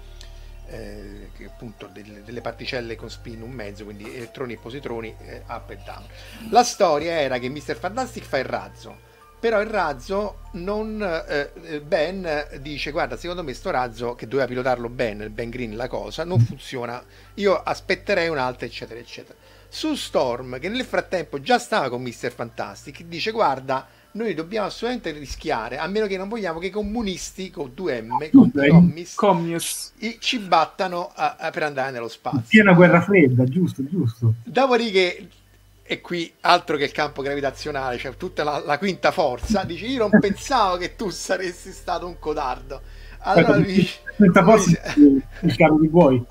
eh, che appunto del- delle particelle con spin un mezzo, quindi elettroni e positroni, eh, up e down. La storia era che mister Fantastic fa il razzo, però il razzo non eh, Ben dice guarda, secondo me sto razzo, che doveva pilotarlo Ben, il Ben Green, la cosa non funziona, io aspetterei un'altra, eccetera eccetera. Su Storm, che nel frattempo già stava con mister Fantastic, dice guarda, noi dobbiamo assolutamente rischiare, a meno che non vogliamo che i comunisti con due M, con i commis, commies, ci battano a, a, per andare nello spazio. Sì, è una guerra fredda, giusto, giusto. Dopodiché, e qui altro che il campo gravitazionale, cioè tutta la, la quinta forza, dice io non pensavo che tu saresti stato un codardo. Allora ecco, dice, quinta forza dice, il carro di buoi.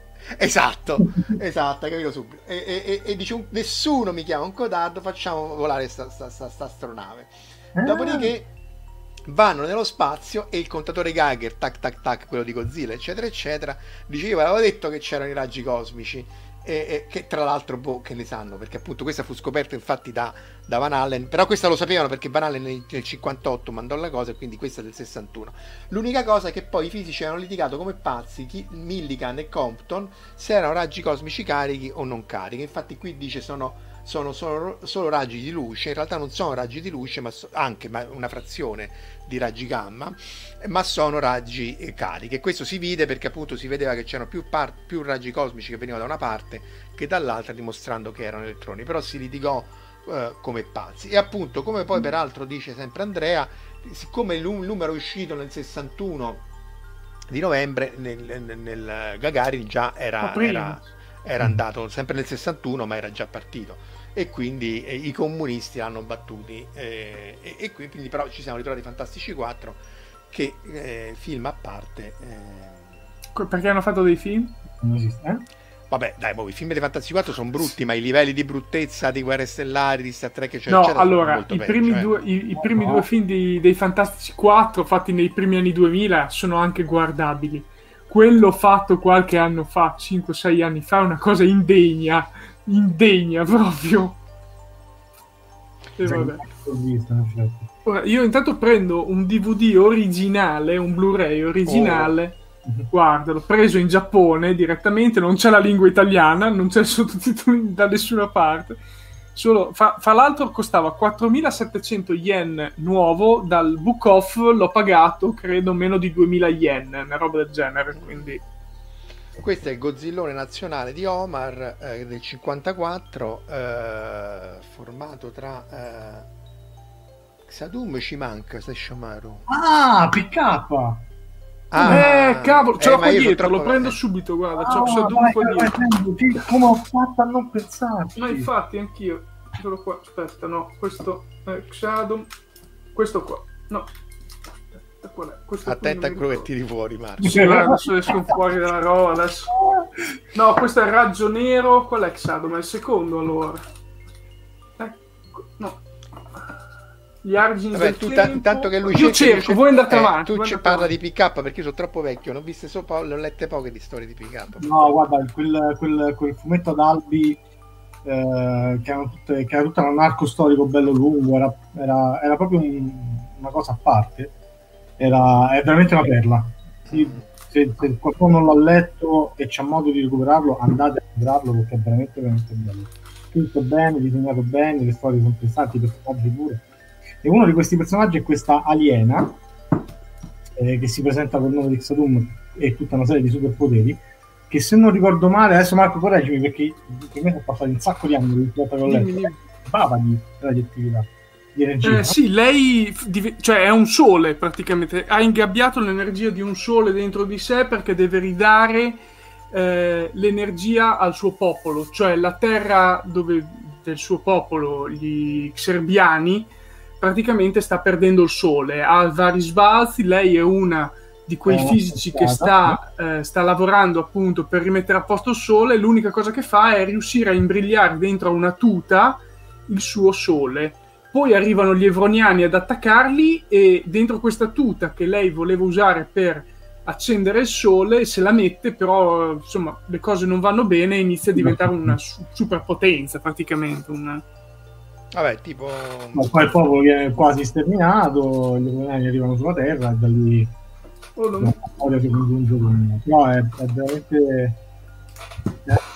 Esatto, esatto, capito subito. E, e, e dice un, nessuno mi chiama un codardo, facciamo volare sta, sta, sta, sta astronave. Ah. Dopodiché vanno nello spazio e il contatore Geiger, tac tac tac, quello di Godzilla, eccetera eccetera, dice io avevo detto che c'erano i raggi cosmici. E, e che tra l'altro boh, che ne sanno, perché appunto questa fu scoperta infatti da, da Van Allen, però questa lo sapevano perché Van Allen nel, nel cinquantotto mandò la cosa e quindi questa è del sessantuno. L'unica cosa è che poi i fisici hanno litigato come pazzi, chi, Millikan e Compton, se erano raggi cosmici carichi o non carichi. Infatti qui dice sono sono solo, solo raggi di luce, in realtà non sono raggi di luce, ma so, anche ma una frazione di raggi gamma, ma sono raggi eh, carichi, e questo si vide perché appunto si vedeva che c'erano più, par- più raggi cosmici che venivano da una parte che dall'altra, dimostrando che erano elettroni, però si litigò eh, come pazzi. E appunto, come poi peraltro dice sempre Andrea, siccome il numero è uscito nel sessantuno di novembre, nel, nel, nel Gagarin già era, era, era andato sempre nel sessantuno, ma era già partito, e quindi eh, i comunisti l'hanno battuti, eh, e, e quindi però ci siamo ritrovati Fantastici quattro, che eh, film a parte, eh... perché hanno fatto dei film? Non esiste, eh? Vabbè, dai, boh, i film dei Fantastici quattro sono brutti, ma i livelli di bruttezza di Guerre Stellari, di Star Trek, eccetera, no, eccetera, allora, i peggio, primi, eh. due, i, i primi due film di, dei Fantastici quattro fatti nei primi anni duemila sono anche guardabili. Quello fatto qualche anno fa, cinque sei anni fa, è una cosa indegna, indegna proprio. E vabbè. Ora, io intanto prendo un D V D originale, un Blu-ray originale, oh. Guarda, l'ho preso in Giappone direttamente, non c'è la lingua italiana, non c'è sottotitoli da nessuna parte. Solo, fra, fra l'altro costava quattromilasettecento yen nuovo, dal book off l'ho pagato credo meno di duemila yen, una roba del genere, quindi... Questo è il Godzillone nazionale di Omar eh, del cinquantaquattro, eh, formato tra eh, Xadum, ci manca Sesshomaru. Ah, P K! Ah, eh, cavolo, ce l'ho eh, qua dietro, troppo... lo prendo subito, guarda, c'ho oh, Xadum qua dietro. Come ho fatto a non pensarci? Ma infatti, anch'io. Solo qua, aspetta, no, questo è Xadum, questo qua, no. Aspetta, qual è? Questo attenta a quello che tiri fuori, Marco. Sì, adesso esco fuori dalla roba, adesso. No, questo è Raggio Nero, qual è Xadum? È il secondo, allora. Ecco, no. Gli argini Vabbè, del tu tempo. t- tanto che lui io cerco, dice, voi andate eh, avanti. Tu ci parla di P K perché io sono troppo vecchio, non ho viste so po- le ho lette poche di storie di P K. No, guarda, quel, quel, quel fumetto ad albi eh, che, erano tutte, che era tutto un arco storico bello lungo, era, era, era proprio un, una cosa a parte, era, è veramente una perla. Sì, se, se qualcuno non l'ha letto e c'ha modo di recuperarlo, andate a recuperarlo perché è veramente veramente bello. Tutto bene, disegnato bene, le storie sono interessanti, i personaggi pure. E uno di questi personaggi è questa aliena eh, che si presenta col nome di Xadum e tutta una serie di superpoteri, che se non ricordo male, adesso Marco correggimi perché per me sono passati un sacco di anni che ho letto, bava di radioattività, di energia. Eh, no? Sì, lei cioè è un sole praticamente, ha ingabbiato l'energia di un sole dentro di sé perché deve ridare eh, l'energia al suo popolo, cioè la terra dove del suo popolo, gli Xerbiani, praticamente sta perdendo il sole, ha vari sbalzi, lei è una di quei eh, fisici che sta, eh, sta lavorando appunto per rimettere a posto il sole, l'unica cosa che fa è riuscire a imbrigliare dentro una tuta il suo sole. Poi arrivano gli evroniani ad attaccarli e dentro questa tuta che lei voleva usare per accendere il sole se la mette, però insomma le cose non vanno bene e inizia a diventare una su- superpotenza praticamente, una... Vabbè, tipo... Ma poi il popolo viene quasi sterminato, gli uomini arrivano sulla terra e da lì oh, non... la storia si congiunge con... No, è, è veramente...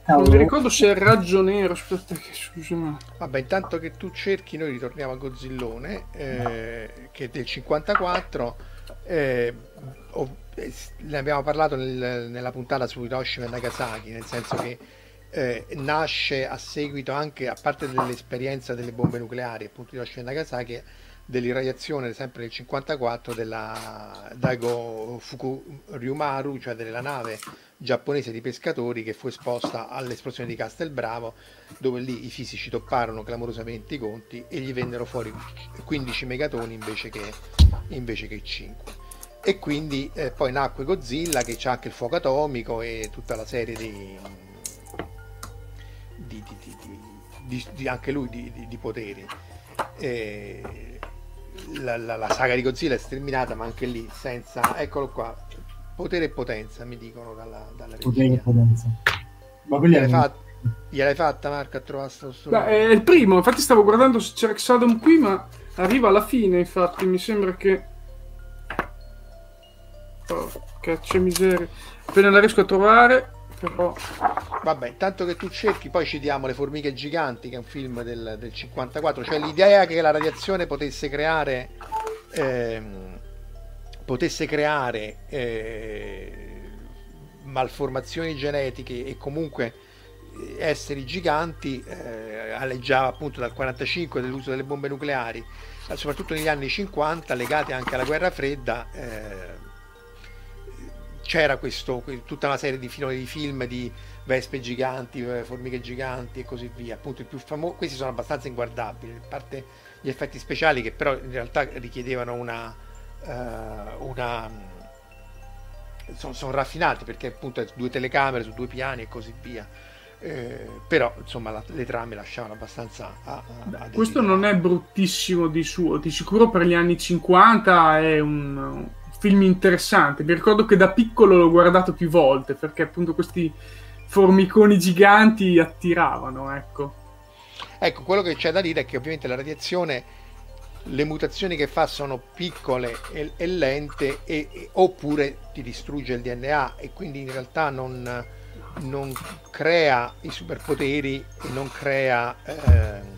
Non mi ricordo se è ragioniero. Aspetta, che scusa. Vabbè, intanto che tu cerchi, noi ritorniamo a Godzillone, eh, che è del cinquantaquattro. Eh, oh, eh, ne abbiamo parlato nel, nella puntata su Hiroshima e Nagasaki, nel senso che eh, nasce a seguito anche, a parte dell'esperienza delle bombe nucleari, appunto Hiroshima e Nagasaki, dell'irradiazione sempre nel cinquantaquattro della Daigo Fukuryumaru, cioè della nave giapponese di pescatori che fu esposta all'esplosione di Castelbravo, dove lì i fisici topparono clamorosamente i conti e gli vennero fuori quindici megatoni invece che, invece che cinque. E quindi eh, poi nacque Godzilla, che c'ha anche il fuoco atomico e tutta la serie di, di, di, di, di, di anche lui di, di, di poteri. E la, la, la saga di Godzilla è sterminata, ma anche lì senza, eccolo qua, potere e potenza, mi dicono dalla, dalla regia. Potere e potenza. Ma gliel'hai, fatta, gliel'hai fatta Marco a trovare sto Beh, è il primo, infatti stavo guardando se c'era Xadom qui, ma arriva alla fine, infatti mi sembra che oh, caccia miseria, appena la riesco a trovare. Però vabbè, intanto che tu cerchi, poi citiamo Le formiche giganti, che è un film del, del cinquantaquattro, cioè l'idea che la radiazione potesse creare ehm, potesse creare eh, malformazioni genetiche e comunque esseri giganti eh, alleggiava appunto dal quarantacinque dell'uso delle bombe nucleari, soprattutto negli anni cinquanta, legati anche alla guerra fredda. eh, c'era questo, tutta una serie di filoni di film di vespe giganti, formiche giganti e così via. Appunto il più famoso, questi sono abbastanza inguardabili, a parte gli effetti speciali che però in realtà richiedevano una uh, una sono, sono raffinati, perché appunto è due telecamere su due piani e così via. Eh, però insomma la, le trame lasciavano abbastanza a, a, a questo non è bruttissimo di suo, di sicuro per gli anni cinquanta è un film interessante. Mi ricordo che da piccolo l'ho guardato più volte perché appunto questi formiconi giganti attiravano, ecco. Ecco, quello che c'è da dire è che ovviamente la radiazione, le mutazioni che fa sono piccole e, e lente e, e, oppure ti distrugge il D N A e quindi in realtà non, non crea i superpoteri e non crea ehm...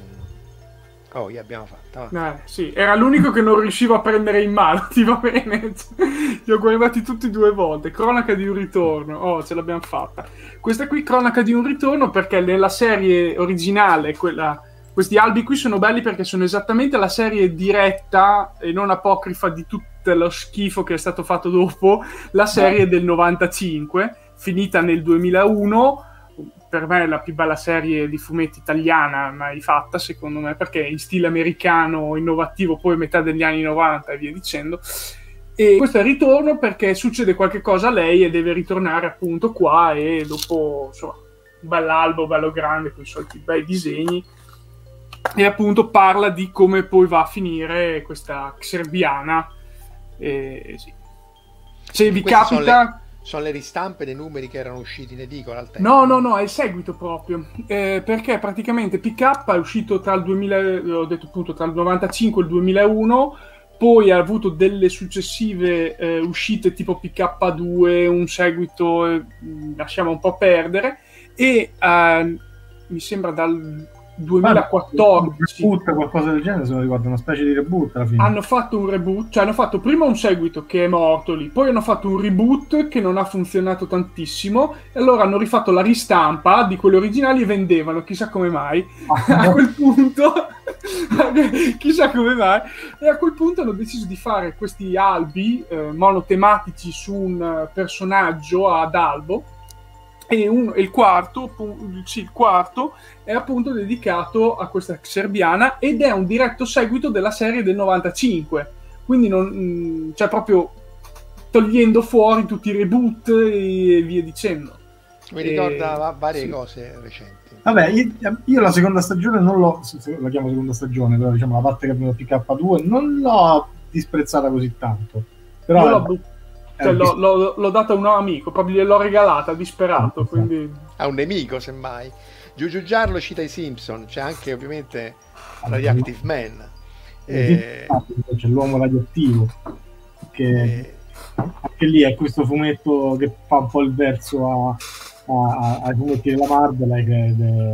oh, gli abbiamo fatta, va. Eh, sì, era l'unico che non riuscivo a prendere in mano, ti va bene? Li ho guardati tutti due volte. Cronaca di un ritorno, oh, ce l'abbiamo fatta. Questa qui, Cronaca di un ritorno, perché nella serie originale, quella, questi albi qui sono belli perché sono esattamente la serie diretta e non apocrifa di tutto lo schifo che è stato fatto dopo, la serie del novantacinque, finita nel duemilauno. Per me è la più bella serie di fumetti italiana mai fatta, secondo me, perché è in stile americano, innovativo, poi metà degli anni novanta e via dicendo. E questo è il ritorno perché succede qualche cosa a lei e deve ritornare appunto qua, e dopo, insomma, un bell'albo, bello grande, con i soliti bei disegni, e appunto parla di come poi va a finire questa xerbiana. E, sì. Se vi Queste capita... sono le ristampe dei numeri che erano usciti in edicola al tempo. No, no, no, è il seguito proprio, eh, perché praticamente P K è uscito tra il duemila, ho detto appunto tra il novantacinque e il duemilauno, poi ha avuto delle successive eh, uscite tipo P K due, un seguito, eh, lasciamo un po' perdere, e eh, mi sembra dal duemilaquattordici un reboot, qualcosa del genere, se non ricordo, una specie di reboot alla fine. Hanno fatto un reboot, cioè hanno fatto prima un seguito che è morto lì, poi hanno fatto un reboot che non ha funzionato tantissimo, e allora hanno rifatto la ristampa di quelli originali e vendevano, chissà come mai. A quel punto chissà come mai, e a quel punto hanno deciso di fare questi albi eh, monotematici su un personaggio ad albo. E, un, e il quarto, sì, il quarto è appunto dedicato a questa xerbiana ed è un diretto seguito della serie del novantacinque, quindi non, cioè proprio togliendo fuori tutti i reboot e via dicendo. Mi ricorda e, varie sì. cose recenti. Vabbè, io, io la seconda stagione non l'ho, la chiamo seconda stagione, però diciamo la parte che abbiamo P K due non l'ho disprezzata così tanto. Però io l'ho Cioè, l'ho, l'ho, l'ho data a un amico, proprio gliel'ho regalata, disperato, quindi... A un nemico, semmai. Giugiu Giarlo cita i Simpson, c'è anche ovviamente Radioactive Man. E... C'è l'uomo radioattivo, che e... anche lì è questo fumetto che fa un po' il verso a, a, ai fumetti della Marvel, che è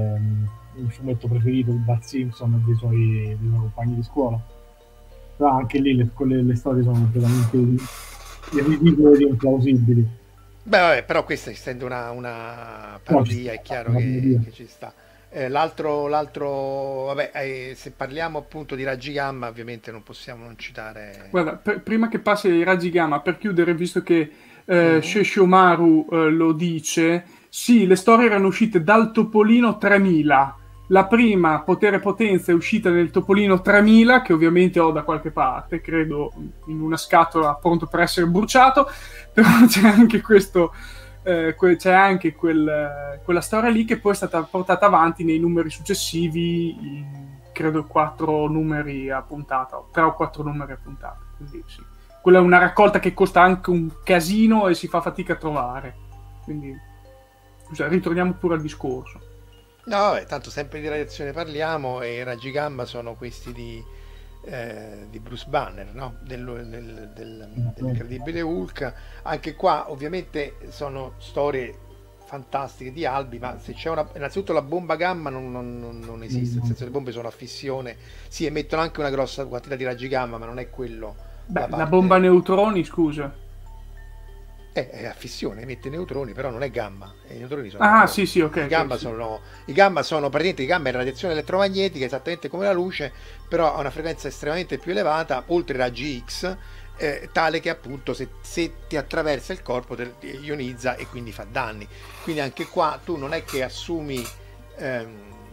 il fumetto preferito di Bart Simpson e dei suoi, dei suoi compagni di scuola. Però anche lì le, le, le storie sono completamente ridicole e implausibili. Beh, vabbè, però questa essendo una, una parodia, no, è chiaro che, che ci sta. Eh, l'altro, l'altro, vabbè, eh, se parliamo appunto di raggi gamma, ovviamente non possiamo non citare. Guarda, per, prima che passi ai raggi gamma, per chiudere, visto che eh, mm-hmm. Sheshomaru eh, lo dice, sì, le storie erano uscite dal Topolino tremila. La prima, Potere e Potenza, è uscita nel Topolino tremila, che ovviamente ho da qualche parte, credo in una scatola pronto per essere bruciato, però c'è anche questo, eh, que- c'è anche quel, quella storia lì che poi è stata portata avanti nei numeri successivi, in, credo quattro numeri a puntata, o tre o quattro numeri a puntata. Quindi sì, quella è una raccolta che costa anche un casino e si fa fatica a trovare. Quindi, scusa, ritorniamo pure al discorso. No, vabbè, tanto sempre di radiazione parliamo, e i raggi gamma sono questi di, eh, di Bruce Banner, no? del, del, del, dell'incredibile Hulk. Anche qua ovviamente sono storie fantastiche di albi, ma se c'è una, innanzitutto la bomba gamma non, non, non, non esiste, nel senso che le bombe sono a fissione, sì, emettono anche una grossa quantità di raggi gamma, ma non è quello. Beh, la, parte... la bomba neutroni, scusa. Eh, è a fissione, emette neutroni, però non è gamma. I neutroni sono ah, neutroni. sì, sì, ok. I gamma, okay, sono, sì. I gamma sono praticamente, i gamma è radiazione elettromagnetica, esattamente come la luce, però a una frequenza estremamente più elevata, oltre i raggi X, eh, tale che appunto se, se ti attraversa il corpo ti ionizza e quindi fa danni. Quindi anche qua tu non è che assumi, ehm,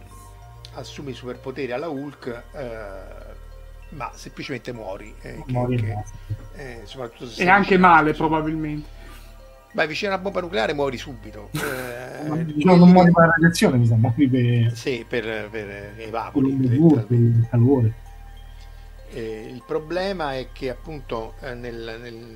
assumi superpoteri alla Hulk, eh, ma semplicemente muori. Eh, muori che, che, eh, soprattutto se e anche male, probabilmente. Beh, vicino a una bomba nucleare muori subito. Eh, ma, diciamo, non muori per la radiazione, mi sa, muori per... Sì, per, per evapori. Per il calore. Eh, il problema è che appunto eh, nel, nel,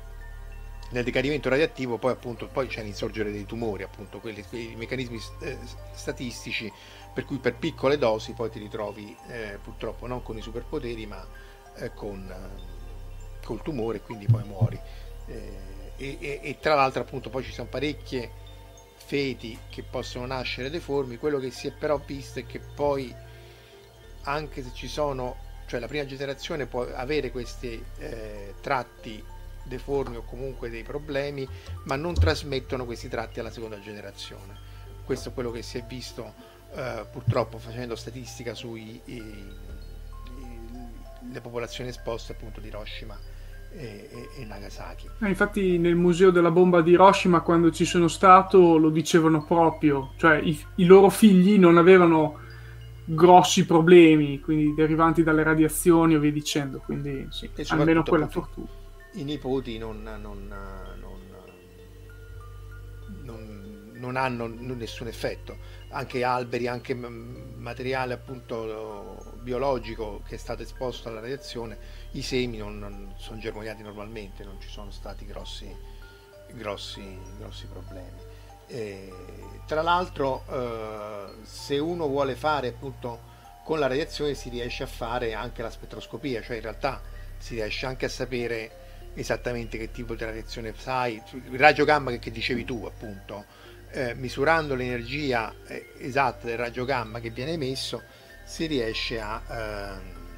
nel decadimento radioattivo poi appunto poi c'è l'insorgere dei tumori, appunto, quelli, quei meccanismi eh, statistici per cui per piccole dosi poi ti ritrovi eh, purtroppo non con i superpoteri, ma eh, con eh, col tumore, e quindi poi muori. Eh, E, e, e tra l'altro appunto poi ci sono parecchie feti che possono nascere deformi. Quello che si è però visto è che poi anche se ci sono, cioè la prima generazione può avere questi eh, tratti deformi o comunque dei problemi, ma non trasmettono questi tratti alla seconda generazione. Questo è quello che si è visto eh, purtroppo facendo statistica sui i, i, le popolazioni esposte appunto di Hiroshima E, e, e Nagasaki. Eh, infatti nel museo della bomba di Hiroshima, quando ci sono stato, lo dicevano proprio, cioè i, i loro figli non avevano grossi problemi, quindi derivanti dalle radiazioni o via dicendo, quindi sì, almeno quella fortuna. I nipoti non, non, non, non, non hanno nessun effetto, anche alberi, anche materiale appunto biologico che è stato esposto alla radiazione, i semi non, non sono germogliati normalmente, non ci sono stati grossi grossi grossi problemi. E, tra l'altro eh, se uno vuole fare appunto con la radiazione si riesce a fare anche la spettroscopia, cioè in realtà si riesce anche a sapere esattamente che tipo di radiazione sai, il raggio gamma che, che dicevi tu appunto, eh, misurando l'energia eh, esatta del raggio gamma che viene emesso si riesce a, eh,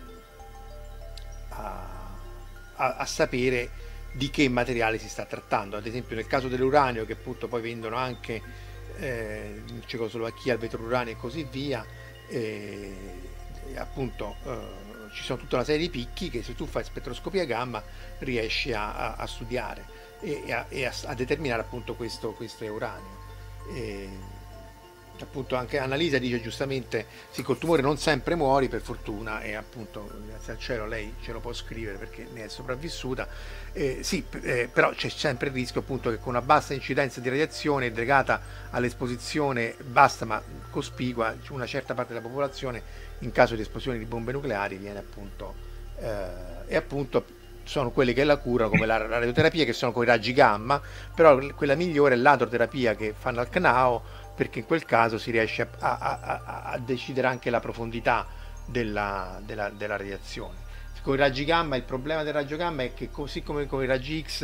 a, a, a sapere di che materiale si sta trattando. Ad esempio nel caso dell'uranio, che appunto poi vendono anche eh, in Cecoslovacchia il vetrouranio e così via, eh, appunto eh, ci sono tutta una serie di picchi che se tu fai spettroscopia gamma riesci a, a, a studiare e, a, e a, a determinare appunto questo, questo uranio. E, appunto anche Annalisa dice giustamente sì, col tumore non sempre muori per fortuna, e appunto grazie al cielo lei ce lo può scrivere perché ne è sopravvissuta. Eh, sì, eh, però c'è sempre il rischio appunto che con una bassa incidenza di radiazione legata all'esposizione bassa ma cospicua, una certa parte della popolazione in caso di esplosione di bombe nucleari viene appunto eh, e appunto sono quelli che la curano, come la radioterapia, che sono con i raggi gamma, però quella migliore è l'adroterapia che fanno al C N A O, perché in quel caso si riesce a, a, a, a decidere anche la profondità della, della, della radiazione. Con i raggi gamma il problema del raggio gamma è che così come con i raggi X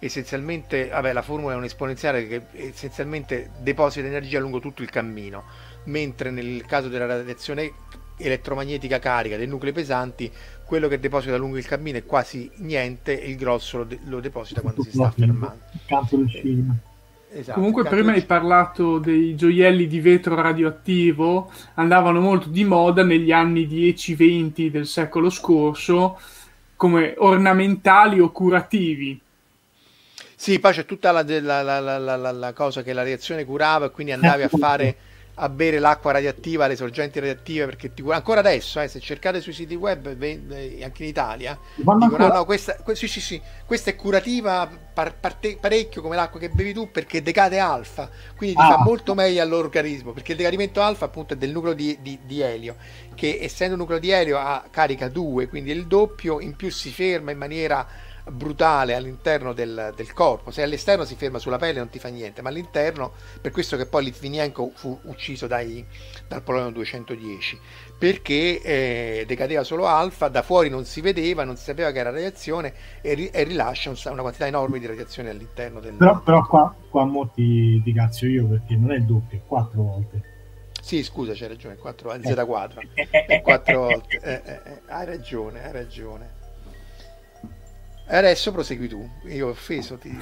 essenzialmente, vabbè, la formula è un esponenziale che essenzialmente deposita energia lungo tutto il cammino, mentre nel caso della radiazione elettromagnetica carica dei nuclei pesanti, quello che deposita lungo il cammino è quasi niente e il grosso lo, de- lo deposita quando si sta fermando. Il campo del cinema. Esatto, Comunque prima hai parlato dei gioielli di vetro radioattivo, andavano molto di moda negli anni dieci venti del secolo scorso come ornamentali o curativi. Sì, poi c'è tutta la, la, la, la, la, la cosa che la radiazione curava e quindi andavi a fare a bere l'acqua radioattiva, le sorgenti radioattive, perché ti cura ancora adesso, eh, se cercate sui siti web anche in Italia dicono no, no, questa, sì, sì, sì, questa è curativa par, parte, parecchio come l'acqua che bevi tu perché decade alfa, quindi ti ah. fa molto meglio all'organismo, perché il decadimento alfa appunto è del nucleo di, di, di elio, che essendo un nucleo di elio ha carica due, quindi è il doppio, in più si ferma in maniera brutale all'interno del, del corpo. Se all'esterno si ferma sulla pelle non ti fa niente, ma all'interno, per questo che poi Litvinenko fu ucciso dai, dal polonio duecentodieci, perché eh, decadeva solo alfa, da fuori non si vedeva, non si sapeva che era radiazione e, ri, e rilascia un, una quantità enorme di radiazione all'interno del... Però, però qua, qua mo ti, ti cazzo io, perché non è il doppio, è quattro volte. Sì, scusa, c'hai ragione, quattro, il Z quattro è quattro volte, eh, eh, eh, hai ragione, hai ragione. Adesso prosegui tu, io ho offeso ti...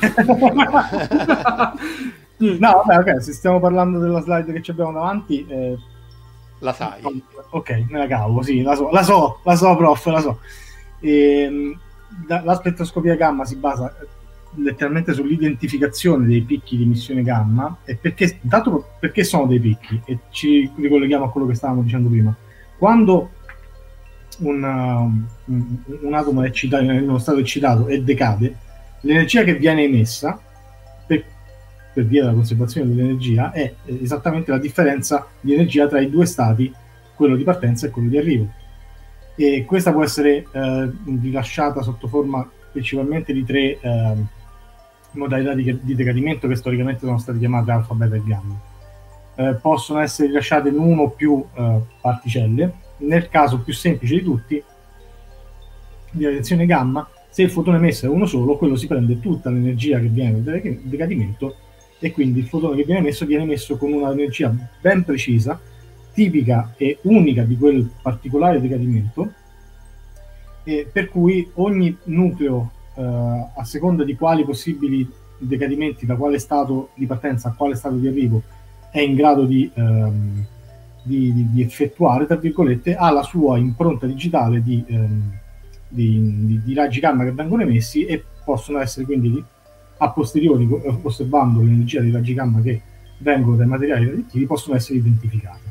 No, vabbè, ok, se stiamo parlando della slide che ci abbiamo davanti eh... la sai, ok, me la cavo, sì, la so, la so, la so prof, la so. E, la spettroscopia gamma si basa letteralmente sull'identificazione dei picchi di emissione gamma, e perché, intanto perché sono dei picchi, e ci ricolleghiamo a quello che stavamo dicendo prima. Quando Un, un, un atomo è eccitato, nello stato eccitato e decade, l'energia che viene emessa per, per via della conservazione dell'energia è esattamente la differenza di energia tra i due stati, quello di partenza e quello di arrivo, e questa può essere eh, rilasciata sotto forma principalmente di tre eh, modalità di, di decadimento che storicamente sono state chiamate alfa, beta e gamma. Eh, possono essere rilasciate in uno o più eh, particelle. Nel caso più semplice di tutti, di radiazione gamma, se il fotone emesso è uno solo, quello si prende tutta l'energia che viene dal decadimento, e quindi il fotone che viene emesso viene emesso con un'energia ben precisa, tipica e unica di quel particolare decadimento, e per cui ogni nucleo, eh, a seconda di quali possibili decadimenti, da quale stato di partenza a quale stato di arrivo è in grado di... Ehm, Di, di, di effettuare, tra virgolette, ha la sua impronta digitale di, ehm, di, di, di raggi gamma che vengono emessi, e possono essere quindi a posteriori, osservando l'energia dei raggi gamma che vengono dai materiali radioattivi, possono essere identificate.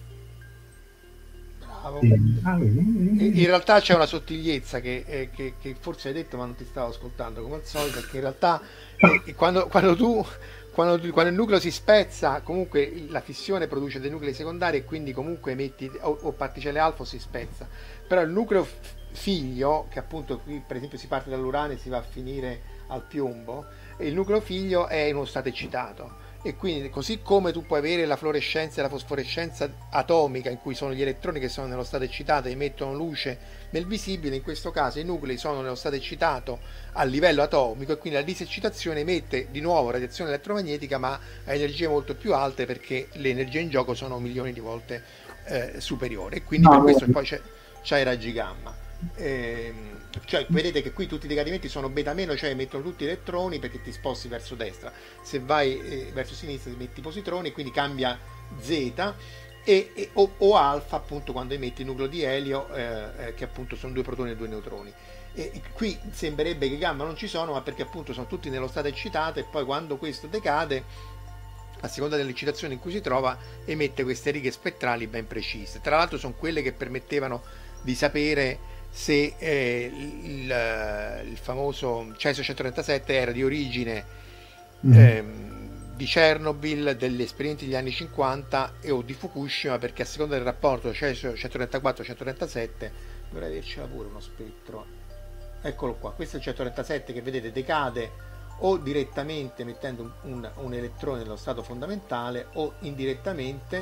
Bravo. E, ah, in realtà c'è una sottigliezza che, eh, che, che forse hai detto ma non ti stavo ascoltando come al solito, perché in realtà eh, quando, quando tu Quando, quando il nucleo si spezza, comunque la fissione produce dei nuclei secondari e quindi comunque emetti o, o particelle alfa o si spezza. Però il nucleo figlio, che appunto qui per esempio si parte dall'uranio e si va a finire al piombo, e il nucleo figlio è in uno stato eccitato. E quindi così come tu puoi avere la fluorescenza e la fosforescenza atomica, in cui sono gli elettroni che sono nello stato eccitato e emettono luce nel visibile, in questo caso i nuclei sono nello stato eccitato a livello atomico, e quindi la diseccitazione emette di nuovo radiazione elettromagnetica, ma a energie molto più alte, perché le energie in gioco sono milioni di volte eh, superiori, e quindi no, per questo poi c'è, c'è i raggi gamma. Ehm, cioè vedete che qui tutti i decadimenti sono beta meno, cioè emettono tutti elettroni perché ti sposti verso destra, se vai eh, verso sinistra emetti positroni, quindi cambia zeta, e, e o, o alfa appunto quando emetti il nucleo di elio, eh, eh, che appunto sono due protoni e due neutroni. E, e qui sembrerebbe che gamma non ci sono, ma perché appunto sono tutti nello stato eccitato, e poi quando questo decade, a seconda dell'eccitazione in cui si trova, emette queste righe spettrali ben precise. Tra l'altro sono quelle che permettevano di sapere se eh, il, il famoso Cesio centotrentasette era di origine mm. ehm, di Chernobyl, degli esperimenti degli anni cinquanta, e o di Fukushima, perché a seconda del rapporto Cesio centotrentaquattro centotrentasette, dovrei avercela pure uno spettro, eccolo qua, questo è il centotrentasette che vedete decade o direttamente mettendo un, un, un elettrone nello stato fondamentale, o indirettamente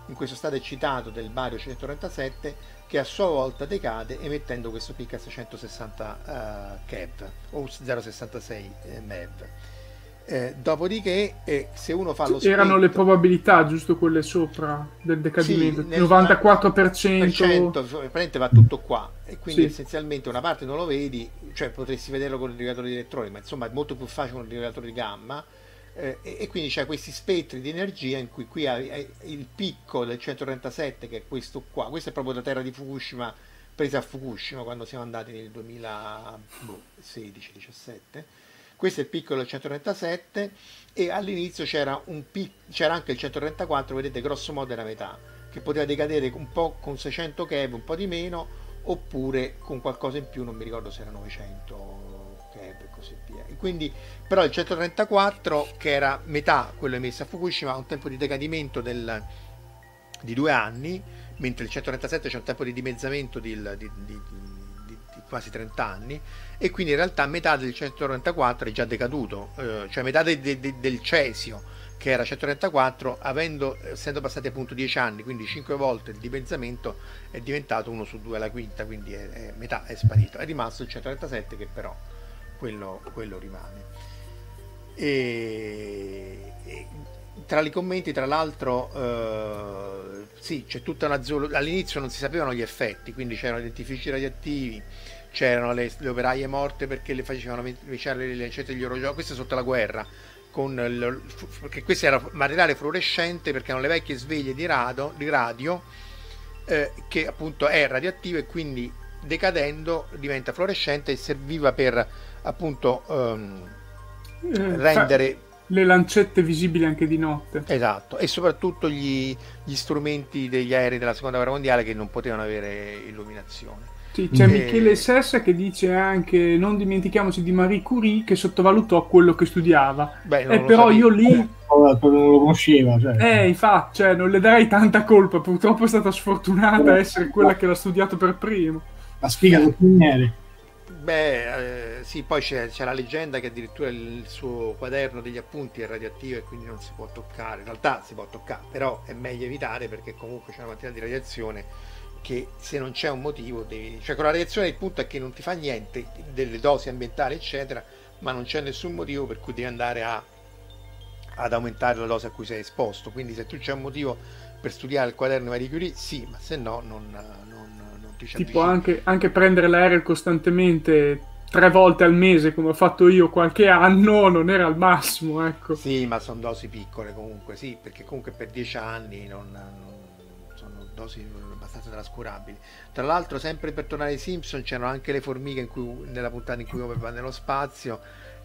in questo stato eccitato del bario centotrentasette, che a sua volta decade emettendo questo P K S centosessanta uh, keV o zero virgola sessantasei eh, MeV. Eh, dopodiché eh, se uno fa lo split, erano le probabilità, giusto, quelle sopra del decadimento, sì, novantaquattro per cento, praticamente va tutto qua, e quindi sì. essenzialmente una parte non lo vedi, cioè potresti vederlo con il rilevatore di elettroni, ma insomma è molto più facile con il rilevatore di gamma, eh, e, e quindi c'è questi spettri di energia in cui qui hai, hai il picco del centotrentasette, che è questo qua, questo è proprio la terra di Fukushima, presa a Fukushima quando siamo andati nel duemilasedici diciassette. Questo è il picco del centotrentasette, e all'inizio c'era un pic- c'era anche il centotrentaquattro, vedete, grosso modo era metà, che poteva decadere un po' con seicento keV, un po' di meno, oppure con qualcosa in più, non mi ricordo se era novecento keV e così via. E quindi, però il centotrentaquattro, che era metà quello emesso a Fukushima, ha un tempo di decadimento del, di due anni, mentre il centotrentasette c'è un tempo di dimezzamento di, di, di, di, di quasi trenta anni, e quindi in realtà metà del centotrentaquattro è già decaduto, eh, cioè metà de, de, de, del cesio, che era centotrentaquattro, avendo, essendo passati appunto dieci anni, quindi cinque volte il dimezzamento, è diventato uno su due alla quinta, quindi è, è, metà è sparito, è rimasto il centotrentasette, che però quello, quello rimane. E, e tra i commenti, tra l'altro, eh, sì, c'è tutta una zoologia. All'inizio non si sapevano gli effetti, quindi c'erano identifici radioattivi, c'erano le, le operaie morte perché le facevano viciare le lancette degli orologi, questo sotto la guerra, con il, perché questo era materiale fluorescente, perché erano le vecchie sveglie di radio, di radio eh, che appunto è radioattivo, e quindi decadendo diventa fluorescente, e serviva per appunto ehm, eh, rendere le lancette visibili anche di notte. Esatto, e soprattutto gli, gli strumenti degli aerei della seconda guerra mondiale, che non potevano avere illuminazione. Sì, c'è e... Michele Sessa che dice anche: non dimentichiamoci di Marie Curie, che sottovalutò quello che studiava. Beh, eh, però sapevo. Io lì oh, non lo conosceva, cioè. eh infatti, cioè, non le darei tanta colpa, purtroppo è stata sfortunata a essere quella che l'ha studiato per primo. La spiga del Pigneri. Beh, eh, sì, poi c'è, c'è la leggenda che addirittura il suo quaderno degli appunti è radioattivo e quindi non si può toccare. In realtà si può toccare, però è meglio evitare, perché comunque c'è una quantità di radiazione che, se non c'è un motivo, devi... cioè con la radiazione il punto è che non ti fa niente, delle dosi ambientali eccetera, ma non c'è nessun motivo per cui devi andare a ad aumentare la dose a cui sei esposto. Quindi se tu c'è un motivo per studiare il quaderno Marie Curie, sì, ma se no non, non, non ti ci tipo anche, anche prendere l'aereo costantemente tre volte al mese, come ho fatto io qualche anno, non era al massimo, ecco. Sì, ma sono dosi piccole comunque, sì, perché comunque per dieci anni non, non sono dosi abbastanza trascurabili. Tra l'altro, sempre per tornare ai Simpson, c'erano anche le formiche in cui, nella puntata in cui Homer va nello spazio,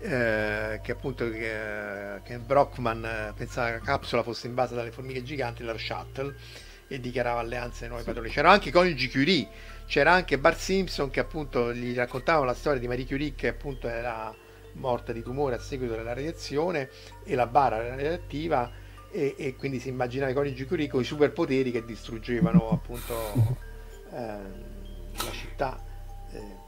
eh, che appunto che, che Brockman eh, pensava che la capsula fosse invasa dalle formiche giganti, dallo shuttle, e dichiarava alleanze ai nuovi sì. patroni. C'erano anche i coniugi Curie, c'era anche Bart Simpson che appunto gli raccontava la storia di Marie Curie, che appunto era morta di tumore a seguito della radiazione, e la bara era radioattiva, e, e quindi si immaginava i coniugi Curie con i superpoteri che distruggevano appunto eh, la città. Eh.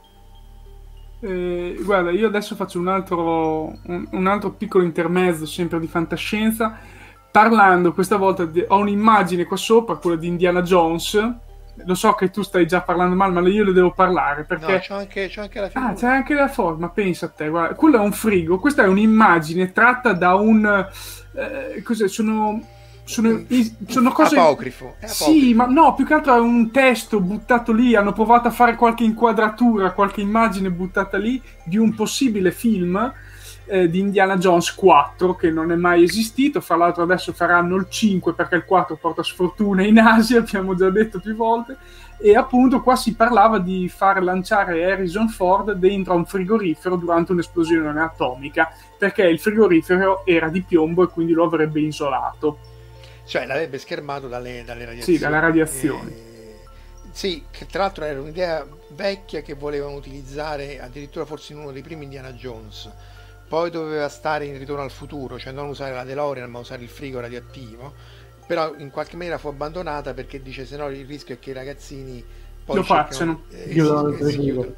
Eh, guarda, io adesso faccio un altro, un, un altro piccolo intermezzo, sempre di fantascienza, parlando questa volta di, ho un'immagine qua sopra, quella di Indiana Jones. Lo so che tu stai già parlando male, ma io le devo parlare perché... No, c'è anche, c'è anche la figura. Ah, c'è anche la forma, pensa a te, guarda. Quello è un frigo, questa è un'immagine tratta da un... Eh, cos'è? Sono... Sono, sono cose... Apocrifo. È sì, apocrifo. ma no, più che altro è un testo buttato lì, hanno provato a fare qualche inquadratura, qualche immagine buttata lì di un possibile film eh, di Indiana Jones quattro, che non è mai esistito. Fra l'altro adesso faranno il cinque, perché il quattro porta sfortuna in Asia, abbiamo già detto più volte, e appunto qua si parlava di far lanciare Harrison Ford dentro a un frigorifero durante un'esplosione atomica, perché il frigorifero era di piombo e quindi lo avrebbe isolato. Cioè l'avrebbe schermato dalle, dalle radiazioni. Sì, dalle radiazioni. Eh, sì, che tra l'altro era un'idea vecchia che volevano utilizzare addirittura forse in uno dei primi Indiana Jones. Poi doveva stare in Ritorno al futuro, cioè non usare la DeLorean ma usare il frigo radioattivo. Però in qualche maniera fu abbandonata, perché dice se no il rischio è che i ragazzini poi lo facciano. Eh, Io si, si chiudono.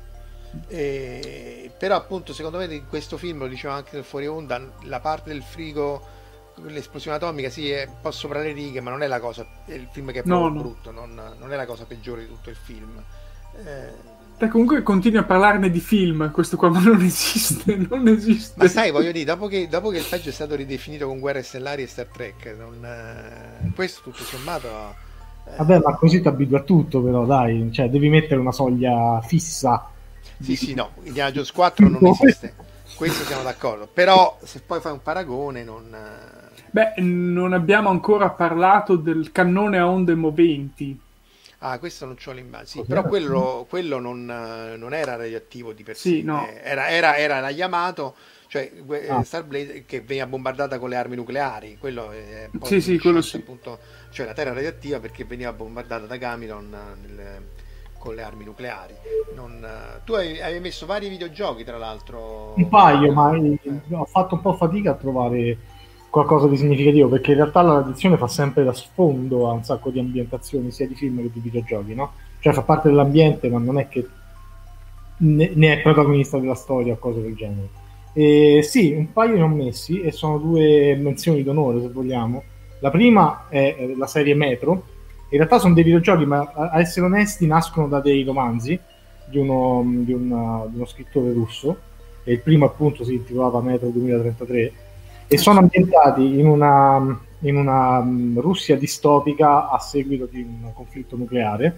Eh, però appunto secondo me in questo film, lo diceva anche nel fuori onda, la parte del frigo l'esplosione atomica sì è un po' sopra le righe, ma non è la cosa, è il film che è No, proprio no. brutto, non, non è la cosa peggiore di tutto il film. Eh, Te comunque continui a parlarne di film, questo qua, ma non esiste, non esiste. ma sai, voglio dire, dopo che, dopo che il peggio è stato ridefinito con Guerre Stellari e Star Trek, non, eh, questo tutto sommato... eh, Vabbè, ma così ti abitui a tutto, però dai, cioè devi mettere una soglia fissa. Sì, sì, no, Indiana Jones quattro non esiste, questo siamo d'accordo, però se poi fai un paragone non... Beh, non abbiamo ancora parlato del cannone a onde moventi. Ah, questo non c'ho l'immagine, sì, Cos'era? però quello, quello non, eh, non era radioattivo di per sé, Sì, no. eh, era, era, era la Yamato, cioè eh, Ah. Starblaze che veniva bombardata con le armi nucleari, quello è un po' Sì, di sì, quello scienza, sì. appunto, cioè la Terra è radioattiva perché veniva bombardata da Gamilon eh, nel- con le armi nucleari. Non, eh, tu hai, hai messo vari videogiochi, tra l'altro. Un paio, ma Eh, ho fatto un po' fatica a trovare qualcosa di significativo, perché in realtà la tradizione fa sempre da sfondo a un sacco di ambientazioni, sia di film che di videogiochi, no? Cioè fa parte dell'ambiente, ma non è che ne, ne è protagonista della storia o cose del genere. E sì, un paio ne ho messi e sono due menzioni d'onore, se vogliamo. La prima è eh, la serie Metro. In realtà sono dei videogiochi, ma a a essere onesti nascono da dei romanzi di uno, di una- di uno scrittore russo, e il primo appunto si intitolava Metro duemilatrentatré, e sono ambientati in una, in una mm, Russia distopica a seguito di un conflitto nucleare,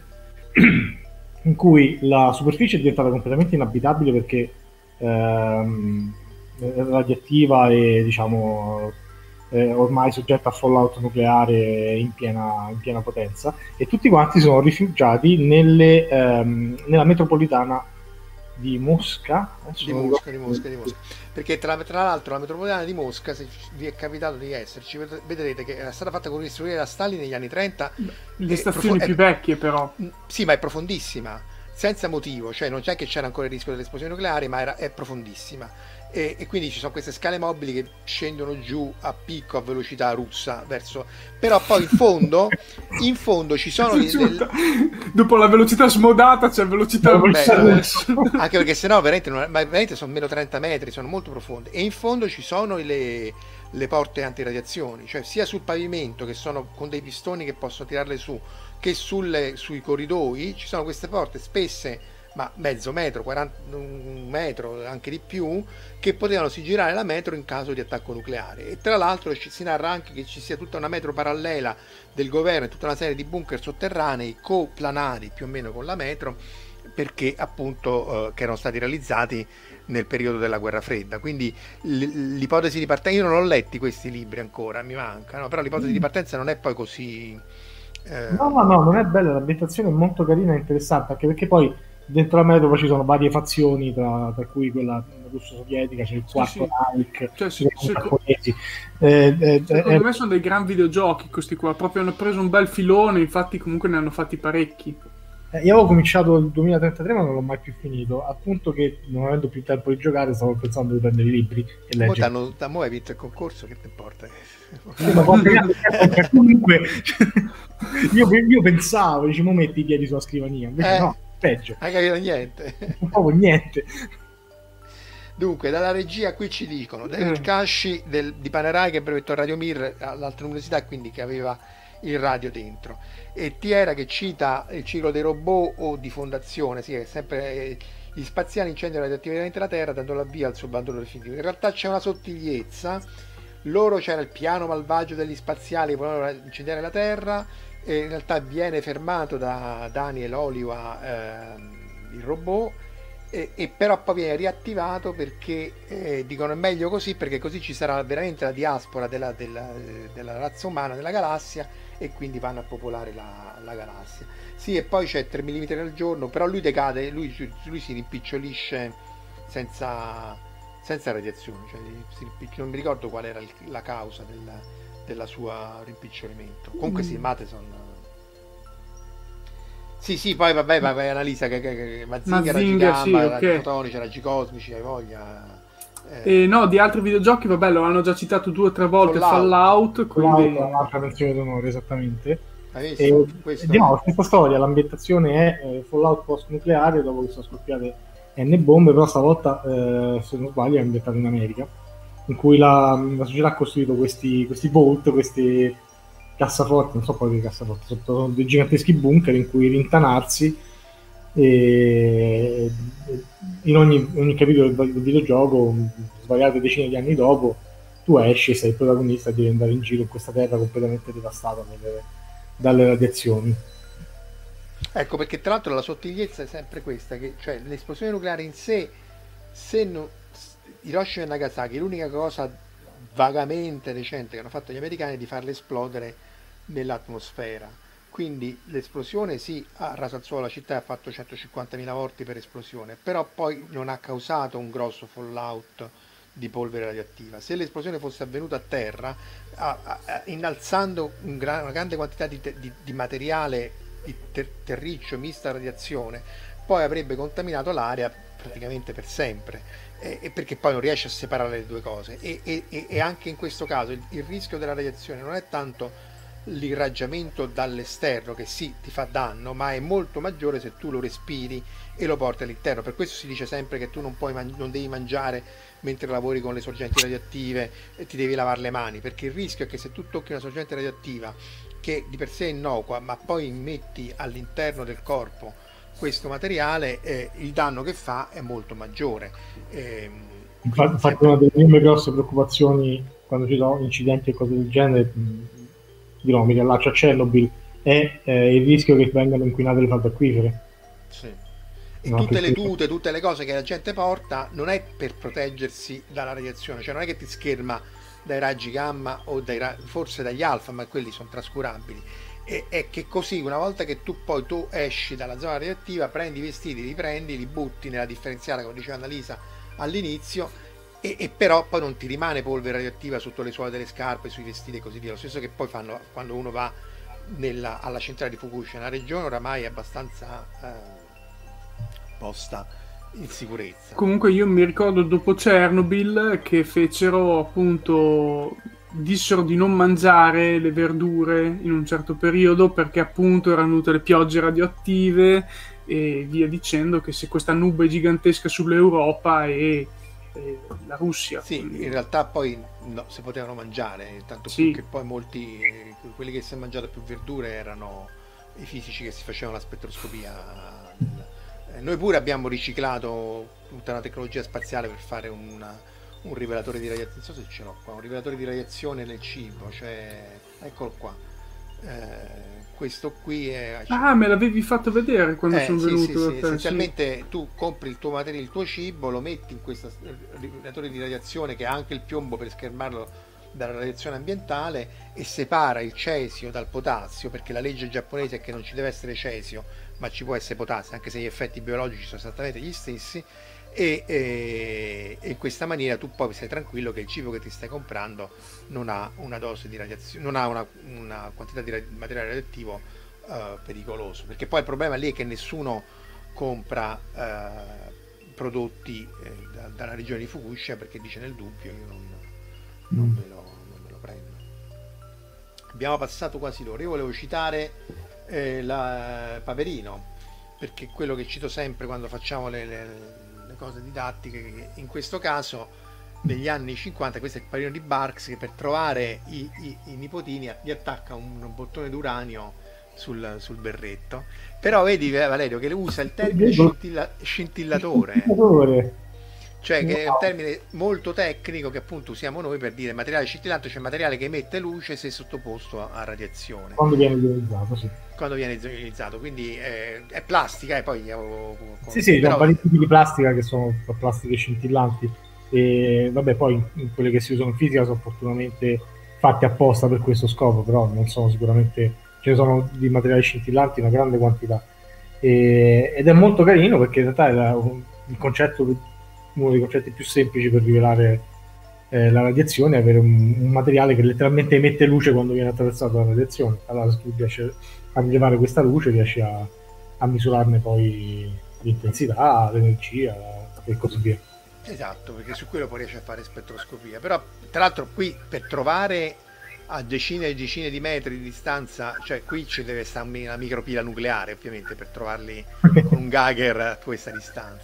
in cui la superficie è diventata completamente inabitabile perché ehm, è radioattiva e diciamo eh, ormai soggetta a fallout nucleare in piena, in piena potenza, e tutti quanti sono rifugiati nelle, ehm, nella metropolitana di Mosca. Adesso Di non Mosca, di ricordo- Mosca, di Mosca. Perché tra, tra l'altro la metropolitana di Mosca, se vi è capitato di esserci, ved- vedrete che era stata fatta costruire da Stalin negli anni trenta. Le e stazioni profo- più è- vecchie, però. Mm, Sì, ma è profondissima, senza motivo, cioè non c'è che c'era ancora il rischio dell'esplosione nucleare, ma era, è profondissima. E, e quindi ci sono queste scale mobili che scendono giù a picco a velocità russa verso... Però poi in fondo, in fondo ci sono... dei- del- Dopo la velocità smodata c'è velocità La russa velocità adesso. russa. anche perché sennò veramente, non, ma veramente sono meno trenta metri, sono molto profonde, e in fondo ci sono le, le porte antiradiazioni, cioè sia sul pavimento, che sono con dei pistoni che possono tirarle su, che sulle, sui corridoi ci sono queste porte spesse, ma mezzo metro, quaranta, un metro, anche di più, che potevano si girare la metro in caso di attacco nucleare. E tra l'altro ci, si narra anche che ci sia tutta una metro parallela del governo e tutta una serie di bunker sotterranei coplanari più o meno con la metro, perché appunto eh, che erano stati realizzati nel periodo della guerra fredda. Quindi l- l'ipotesi di partenza, io non ho letti questi libri ancora, mi mancano, però l'ipotesi di partenza non è poi così eh, No, no, no, non è bella, l'ambientazione è molto carina e interessante, anche perché poi dentro la metro ci sono varie fazioni, tra, tra cui quella russo-sovietica, c'è il quarto sì. Reich, Cioè, ci sono se- i giapponesi. Eh, eh, Secondo eh, me sono dei gran videogiochi questi qua, proprio hanno preso un bel filone, infatti comunque ne hanno fatti parecchi. eh, io avevo cominciato il duemilatrentatré, ma non l'ho mai più finito, al punto che non avendo più tempo di giocare stavo pensando di prendere i libri e mo leggere. t'hanno- da mo hai vinto il concorso, che ti importa? Sì, ma comunque, comunque io, io pensavo, dicevo, metti i piedi sulla scrivania, invece Eh. no, peggio, Hai capito niente? un po' niente. Dunque, dalla regia qui ci dicono David Mm. Casci del- di Panerai che brevettò Radio Mir all'altra università, quindi che aveva il radio dentro, e Tiera che cita il ciclo dei robot o di fondazione, sì, è sempre eh, gli spaziali incendiano radioattivamente la Terra dando l'avvio al suo abbandono definitivo. In realtà c'è una sottigliezza, loro c'era il piano malvagio degli spaziali che volevano incendiare la Terra, e in realtà viene fermato da Daniel Oliva, ehm, il robot, e, e però poi viene riattivato perché eh, dicono è meglio così, perché così ci sarà veramente la diaspora della, della, della razza umana nella galassia, e quindi vanno a popolare la, la galassia. Sì, e poi c'è tre millimetri al giorno, però lui decade, lui, lui si rimpicciolisce senza, senza radiazioni, cioè si rimpicci- non mi ricordo qual era il- la causa del, della sua rimpicciolimento. Comunque sì, Matheson. Sì, sì, poi vabbè, vabbè, Annalisa che, che, che Mazinga, Mazinga, raggi sì, gamma, ok. raggi fotonici, raggi cosmici, hai voglia. Eh, E no, di altri videogiochi, vabbè, lo hanno già citato due o tre volte, Fallout. Fallout, quindi... Fallout è un'altra menzione d'onore, esattamente. hai visto? E, Questo di nuovo, questa storia, l'ambientazione è eh, Fallout post-nucleare, dopo che sono scoppiate N bombe, però stavolta, eh, se non sbaglio, è ambientato in America. in cui la, la società ha costruito questi, questi vault, questi cassaforti, non so poi che cassaforti, sono dei giganteschi bunker in cui rintanarsi, e in ogni, ogni capitolo del, del videogioco, svariate decine di anni dopo, tu esci e sei il protagonista e devi andare in giro in questa terra completamente devastata dalle, dalle radiazioni. Ecco, perché tra l'altro la sottigliezza è sempre questa, che cioè l'esplosione nucleare in sé, se non, Hiroshima e Nagasaki, l'unica cosa vagamente recente che hanno fatto gli americani è di farle esplodere nell'atmosfera. Quindi l'esplosione sì, ha raso al suolo la città e ha fatto centocinquantamila morti per esplosione, però poi non ha causato un grosso fallout di polvere radioattiva. Se l'esplosione fosse avvenuta a terra, a, a, innalzando un gra- una grande quantità di, te- di, di materiale, di ter- terriccio mista radiazione, poi avrebbe contaminato l'aria praticamente per sempre, e, e perché poi non riesce a separare le due cose. E, e, e anche in questo caso il, il rischio della radiazione non è tanto l'irraggiamento dall'esterno, che sì ti fa danno, ma è molto maggiore se tu lo respiri e lo porti all'interno. Per questo si dice sempre che tu non puoi man- non devi mangiare mentre lavori con le sorgenti radioattive e ti devi lavare le mani, perché il rischio è che se tu tocchi una sorgente radioattiva che di per sé è innocua, ma poi metti all'interno del corpo questo materiale, eh, il danno che fa è molto maggiore. Eh, infatti, infatti una delle mie grosse preoccupazioni quando ci sono incidenti e cose del genere, di no, mi riallaccio a Chernobyl, è eh, il rischio che vengano inquinate le falde acquifere. Sì. E No, tutte le perché- tute, tutte le cose che la gente porta non è per proteggersi dalla radiazione, cioè non è che ti scherma dai raggi gamma o dai ra- forse dagli alfa, ma quelli sono trascurabili. E è che così una volta che tu poi tu esci dalla zona radioattiva, prendi i vestiti, li prendi, li butti nella differenziale, come diceva Annalisa all'inizio, e, e però poi non ti rimane polvere radioattiva sotto le suole delle scarpe, sui vestiti e così via. Lo stesso che poi fanno quando uno va nella, alla centrale di Fukushima, una regione oramai abbastanza eh, posta in sicurezza. Comunque io mi ricordo dopo Chernobyl che fecero appunto, dissero di non mangiare le verdure in un certo periodo perché appunto erano venute le piogge radioattive e via dicendo, che se questa nube gigantesca sull'Europa e, e la Russia. Sì, quindi... in realtà poi no, si potevano mangiare, tanto Sì. più che poi molti, eh, quelli che si è mangiato più verdure erano i fisici che si facevano la spettroscopia. Eh, noi pure abbiamo riciclato tutta una tecnologia spaziale per fare una, un rivelatore di radiazione, non so se ce l'ho qua, un rivelatore di radiazione nel cibo, cioè, eccolo qua. Eh, questo qui è... Ah, me l'avevi fatto vedere quando Eh, sono sì, venuto sì, da sì. te, Essenzialmente sì. Tu compri il tuo materiale, il tuo cibo, lo metti in questo rivelatore di radiazione che ha anche il piombo per schermarlo dalla radiazione ambientale e separa il cesio dal potassio, perché la legge giapponese è che non ci deve essere cesio ma ci può essere potassio, anche se gli effetti biologici sono esattamente gli stessi, e, e, e in questa maniera tu poi sei tranquillo che il cibo che ti stai comprando non ha una dose di radiazione, non ha una, una quantità di materiale radioattivo Uh, pericoloso, perché poi il problema lì è che nessuno compra uh, prodotti eh, da, dalla regione di Fukushima perché dice nel dubbio io non, non, me lo, non me lo prendo. Abbiamo passato quasi l'ora. Io volevo citare eh, la Paperino, perché quello che cito sempre quando facciamo le, le, le cose didattiche, che in questo caso negli anni cinquanta, questo è il Paperino di Barks, che per trovare i, i, i nipotini gli attacca un, un bottone d'uranio Sul, sul berretto, però vedi Valerio che usa il termine scintilla, scintillatore, cioè che è un termine molto tecnico che appunto usiamo noi per dire materiale scintillante, cioè materiale che emette luce se sottoposto a radiazione quando viene ionizzato, sì. quando viene ionizzato, quindi è, è plastica e eh, poi oh, con, sì sì, però... vari tipi di plastica che sono plastiche scintillanti e vabbè poi quelle che si usano in fisica sono fortunatamente fatte apposta per questo scopo, però non sono sicuramente, ce ne sono di materiali scintillanti una grande quantità e, ed è molto carino perché in realtà è un, il concetto, uno dei concetti più semplici per rivelare eh, la radiazione è avere un, un materiale che letteralmente emette luce quando viene attraversato dalla radiazione. Allora se tu riesci a rilevare questa luce riesci a, a misurarne poi l'intensità, l'energia e così via. Esatto, perché su quello poi riesci a fare spettroscopia, però tra l'altro qui per trovare a decine e decine di metri di distanza, cioè qui ci deve stare una micropila nucleare ovviamente per trovarli con un Geiger a questa distanza,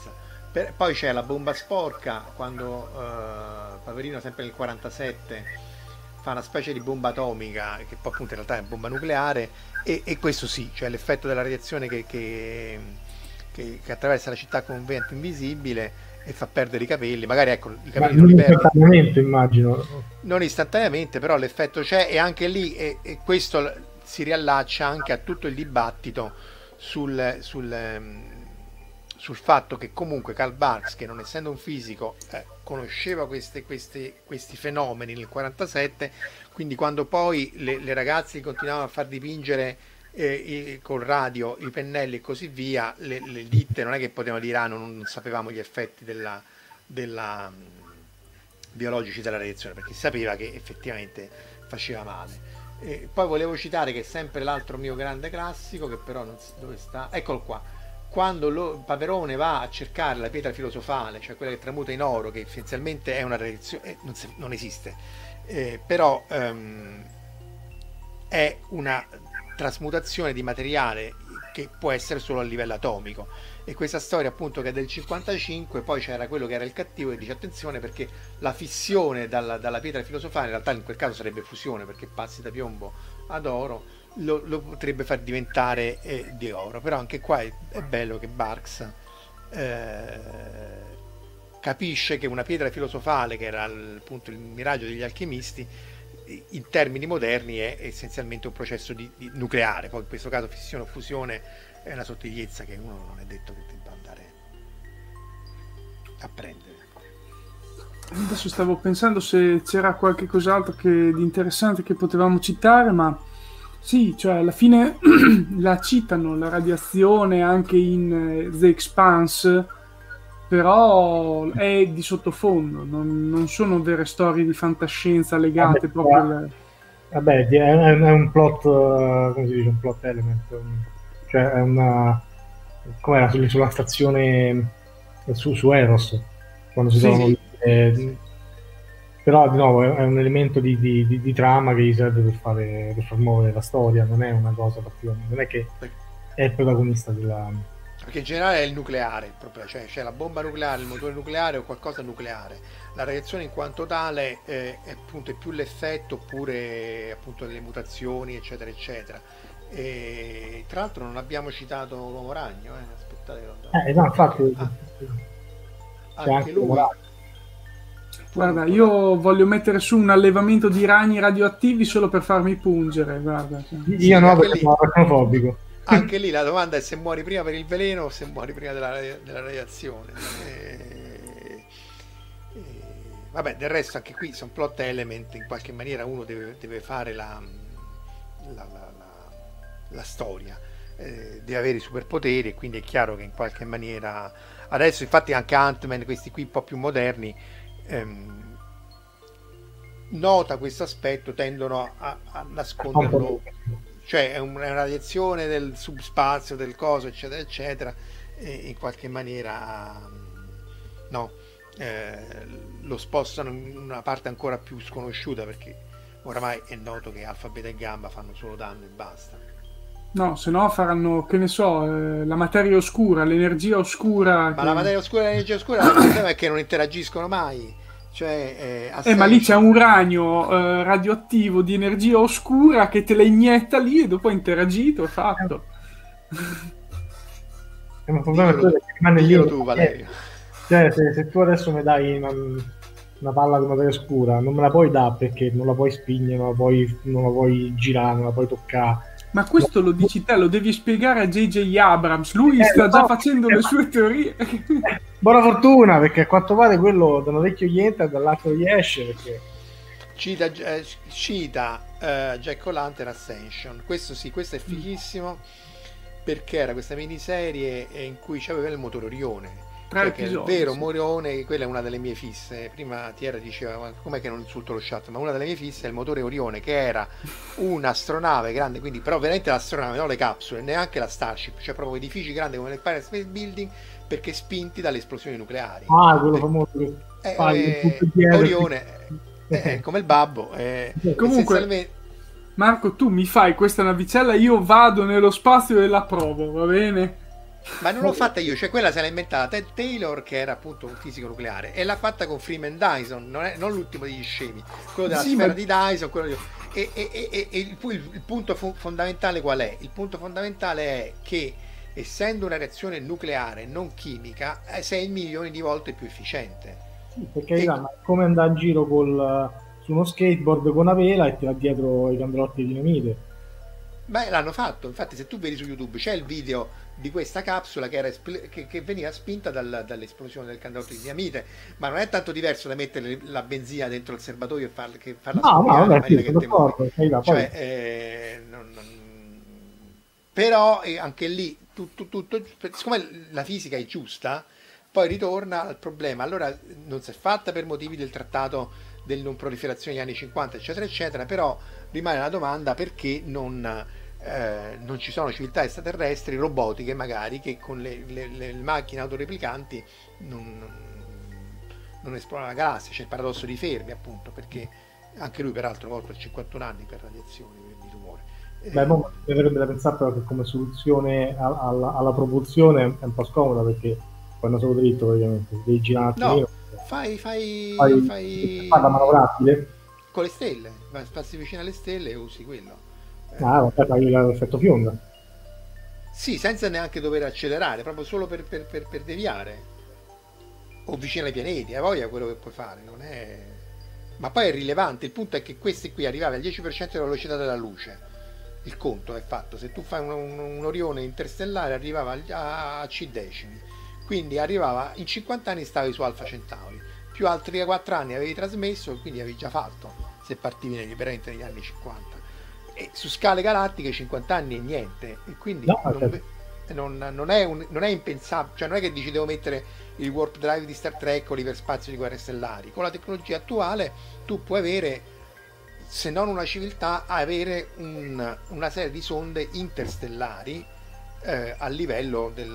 Per, poi c'è la bomba sporca, quando uh, Paperino, sempre nel quarantasette, fa una specie di bomba atomica, che poi appunto in realtà è una bomba nucleare, e, e questo sì, cioè l'effetto della radiazione che, che, che, che attraversa la città con un vento invisibile e fa perdere i capelli, magari ecco i capelli Ma non li non perdi istantaneamente, immagino. non istantaneamente, però l'effetto c'è, e anche lì e, e questo si riallaccia anche a tutto il dibattito sul, sul, um, sul fatto che comunque Karl Barks, che non essendo un fisico eh, conosceva queste, queste, questi fenomeni nel quarantasette, quindi quando poi le, le ragazze continuavano a far dipingere eh, i, col radio i pennelli e così via, le, le ditte non è che potevano dire ah, non, non sapevamo gli effetti della, della biologici della radiazione, perché si sapeva che effettivamente faceva male. E poi volevo citare che è sempre l'altro mio grande classico, che però non si, dove sta? Eccolo qua. Quando lo, Paperone va a cercare la pietra filosofale, cioè quella che tramuta in oro, che essenzialmente è una radiazione, eh, non, si, non esiste, eh, però ehm, è una trasmutazione di materiale che può essere solo a livello atomico. E questa storia appunto che è del cinquantacinque, poi c'era quello che era il cattivo che dice attenzione perché la fissione dalla, dalla pietra filosofale, in realtà in quel caso sarebbe fusione perché passi da piombo ad oro, lo, lo potrebbe far diventare eh, di oro. Però anche qua è, è bello che Barks eh, capisce che una pietra filosofale, che era appunto il miraggio degli alchimisti, in termini moderni è essenzialmente un processo di, di nucleare. Poi in questo caso fissione o fusione è una sottigliezza che uno non è detto che debba andare a prendere. Adesso stavo pensando se c'era qualche cos'altro che, di interessante che potevamo citare, ma sì, cioè alla fine la citano la radiazione anche in uh, The Expanse, però è di sottofondo, non, non sono vere storie di fantascienza legate vabbè, proprio al... Vabbè, è un, è un plot, uh, come si dice, un plot element, un, cioè è una, come era sulla stazione su, su Eros, quando si Sì, trovano sì. eh, però di nuovo è, è un elemento di, di, di, di trama che gli serve per fare, per far muovere la storia, non è una cosa particolare, non è che è il protagonista della... Perché in generale è il nucleare il problema, cioè c'è la bomba nucleare, il motore nucleare o qualcosa nucleare. La radiazione in quanto tale eh, è appunto è più l'effetto, oppure appunto delle mutazioni eccetera eccetera. E tra l'altro non abbiamo citato l'uomo ragno, eh. Aspettate, eh, no, infatti ah, c'è anche anche lui. Guarda, io voglio mettere su un allevamento di ragni radioattivi solo per farmi pungere, guarda. Io sì, no, anche perché lì, sono arachnofobico. anche lì la domanda è se muori prima per il veleno o se muori prima della, della radiazione. E, e, vabbè, del resto anche qui sono plot element, in qualche maniera uno deve, deve fare la, la, la, la, la storia, eh, deve avere i superpoteri, e quindi è chiaro che in qualche maniera adesso infatti anche Ant-Man, questi qui un po' più moderni, ehm, nota questo aspetto, tendono a, a nasconderlo, cioè è, un, è una radiazione del subspazio, del coso eccetera eccetera, e in qualche maniera no, eh, lo spostano in una parte ancora più sconosciuta, perché oramai è noto che Alfa, Beta e Gamma fanno solo danno e basta. No, se no faranno, che ne so, eh, la materia oscura, l'energia oscura. Ma che... la materia oscura e l'energia oscura, il problema è che non interagiscono mai. Cioè, eh, eh, ma lì c'è un ragno eh, radioattivo di energia oscura che te la inietta lì e dopo è interagito, è fatto. È un problema diglielo, che rimane diglielo lì. tu, Valerio. Cioè, se, se tu adesso mi dai una, una palla di materia oscura, non me la puoi dare perché non la puoi spingere, non la puoi, non la puoi girare, non la puoi toccare. Ma questo lo dici te, lo devi spiegare a J J Abrams, lui eh, sta no, già facendo eh, le sue teorie. Eh, buona fortuna, perché a quanto pare quello da un orecchio gli entra e dall'altro gli esce, perché... Cita, eh, cita eh, Jack O'Lantern Ascension, questo sì, questo è fighissimo, perché era questa miniserie in cui c'aveva il motore Orione, cioè che è il vero sì. Morione. Quella è una delle mie fisse. Prima Tiera diceva ma com'è che non insulto lo chat, ma una delle mie fisse è il motore Orione, che era un'astronave grande, quindi però veramente l'astronave, non le capsule, neanche la Starship, cioè proprio edifici grandi come l'Empire Space Building, perché spinti dalle esplosioni nucleari. Ah, quello per... famoso che eh, fai eh, dietro, Orione è come il babbo, eh, comunque essenzialmente... Marco, tu mi fai questa navicella, io vado nello spazio e la provo, va bene? Ma non l'ho fatta io, cioè quella se l'ha inventata Ted Taylor, che era appunto un fisico nucleare, e l'ha fatta con Freeman Dyson, non, è, non l'ultimo degli scemi, quello della Sì, sfera ma- di Dyson, quello di... E, e- e- e- e il, pu- il punto fo- fondamentale qual è? Il punto fondamentale è che, essendo una reazione nucleare, non chimica, eh, sei milioni di volte più efficiente. Sì, perché E, ma è come andare in giro col, su uno skateboard con una vela e ti va dietro i candrotti di dinamite. beh, l'hanno fatto, infatti se tu vedi su YouTube c'è il video di questa capsula che, era espl- che, che veniva spinta dal- dall'esplosione del candotto di dinamite, ma non è tanto diverso da mettere la benzina dentro il serbatoio e far- che farla No, no, scoppiare in vabbè, sì, maniera che sono te muovi. d'accordo, carità, poi- Cioè, eh, non- non- però eh, anche lì, tutto, tutto, siccome la fisica è giusta, poi ritorna al problema. Allora non si è fatta per motivi del trattato del non proliferazione negli anni cinquanta, eccetera, eccetera, però rimane la domanda perché non, eh, non ci sono civiltà extraterrestri, robotiche magari, che con le, le- le macchine autoreplicanti non, non, non esplorano la galassia. C'è il paradosso di Fermi, appunto, perché anche lui peraltro morto a cinquantuno anni per radiazioni di tumore. Beh, mo mi verrebbe da pensare però che come soluzione a- alla, alla propulsione è un po' scomoda perché vanno solo dritto praticamente, devi girare un attimino. No, fai, fai, Poi fai fa da manovrabile. con le stelle, vai- passi vicino alle stelle e usi quello. Eh, Ah, vabbè, fai l'effetto fionda. sì, senza neanche dover accelerare, proprio solo per, per- per- per deviare. O vicino ai pianeti, hai voglia quello che puoi fare, non è... Ma poi è rilevante, il punto è che questi qui arrivavano al dieci per cento della velocità della luce. Il conto è fatto, se tu fai un, un- un Orione interstellare arrivava agli- a, a C decimi, quindi arrivava in cinquanta anni stavi su Alfa Centauri, più altri quattro anni avevi trasmesso e quindi avevi già fatto, se partivi negli, veramente negli anni cinquanta. E su scale galattiche cinquanta anni è niente, e quindi No, non, certo. ve- non- non è un- non è impensabile, cioè non è che dici devo mettere il warp drive di Star Trek o l'iperspazio di Guerre Stellari. Con la tecnologia attuale tu puoi avere, se non una civiltà, avere un- una serie di sonde interstellari eh, a livello del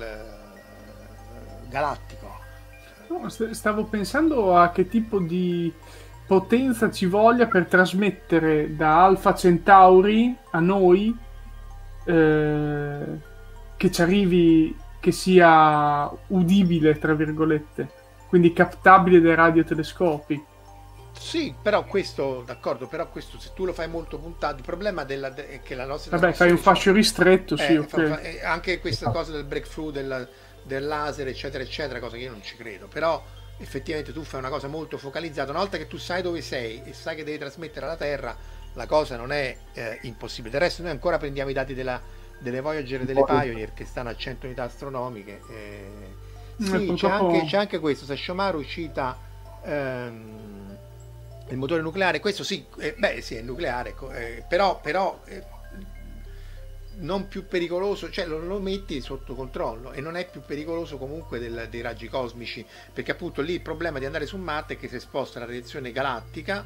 eh, galattico. No, st- stavo pensando a che tipo di potenza ci voglia per trasmettere da Alpha Centauri a noi, eh, che ci arrivi, che sia udibile, tra virgolette, quindi captabile dai radiotelescopi. Sì, però questo, d'accordo, però questo se tu lo fai molto puntato, il problema della, de- è che la nostra Vabbè, fai un fascio trasmissione ristretto, sono- sì, eh, ok. fa- fa- eh, anche questa cosa del breakthrough del, del laser, eccetera, eccetera, cosa che io non ci credo, però effettivamente tu fai una cosa molto focalizzata, una volta che tu sai dove sei e sai che devi trasmettere alla Terra, la cosa non è eh, impossibile. Del resto noi ancora prendiamo i dati della, delle Voyager e delle Pioneer che stanno a cento unità astronomiche. eh. Eh, Sì, c'è purtroppo- anche, c'è anche questo, Sashomaru cita ehm, il motore nucleare, questo sì, eh, beh sì è nucleare, co- eh, però, però eh, non più pericoloso, cioè lo, lo metti sotto controllo e non è più pericoloso comunque del- dei raggi cosmici, perché appunto lì il problema di andare su Marte è che si è esposto alla radiazione galattica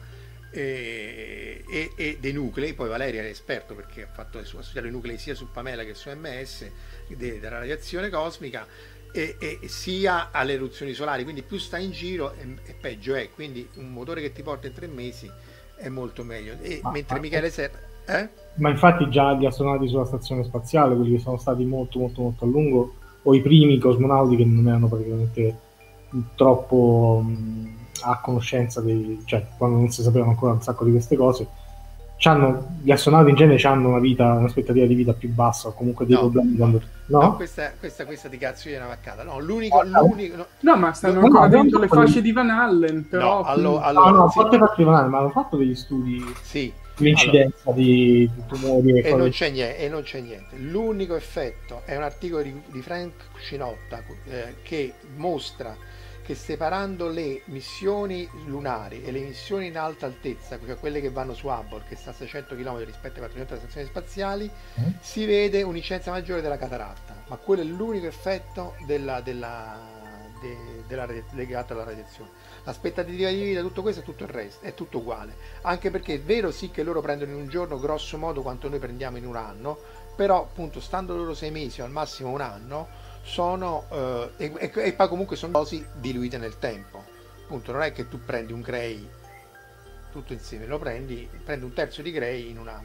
e, e- e dei nuclei. Poi Valeria è esperto perché ha fatto ha studiato i nuclei sia su Pamela che su M S de- della radiazione cosmica, e, e sia alle eruzioni solari, quindi più sta in giro e, e peggio è, quindi un motore che ti porta in tre mesi è molto meglio. E Ma- mentre ma- Michele Serra eh? Ma infatti già gli astronauti sulla stazione spaziale, quelli che sono stati molto molto molto a lungo, o i primi cosmonauti che non erano praticamente troppo mh, a conoscenza dei, cioè quando non si sapevano ancora un sacco di queste cose, c'hanno, gli astronauti in genere hanno una vita, un'aspettativa di vita più bassa o comunque dei No, problemi quando... no, No? questa, questa, questa di cazzo è una vaccata. No, l'unico, Ah, l'unico no, No, ma stanno No, ancora no, dentro non le so fasce quelli- di Van Allen, però... no, allo- No, allora, no, a sì, parte particolare, ma hanno fatto degli studi sì, sull'incidenza di, di tumori e e cose. non c'è niente, e non c'è niente. L'unico effetto è un articolo di, di Frank Cinotta eh, che mostra che separando le missioni lunari e le missioni in alta altezza, cioè quelle che vanno su Hubble, che sta a seicento chilometri rispetto ai quattrocento delle stazioni spaziali, Mm. si vede un'incidenza maggiore della cataratta, ma quello è l'unico effetto della, della, de- della radi- legato alla radiazione. L'aspettativa di vita, tutto questo, è tutto il resto, è tutto uguale, anche perché è vero sì che loro prendono in un giorno grosso modo quanto noi prendiamo in un anno, però appunto stando loro sei mesi o al massimo un anno sono eh, e, e- e poi comunque sono dosi diluite nel tempo, appunto non è che tu prendi un Gray tutto insieme, lo prendi prendi un terzo di Gray in un anno.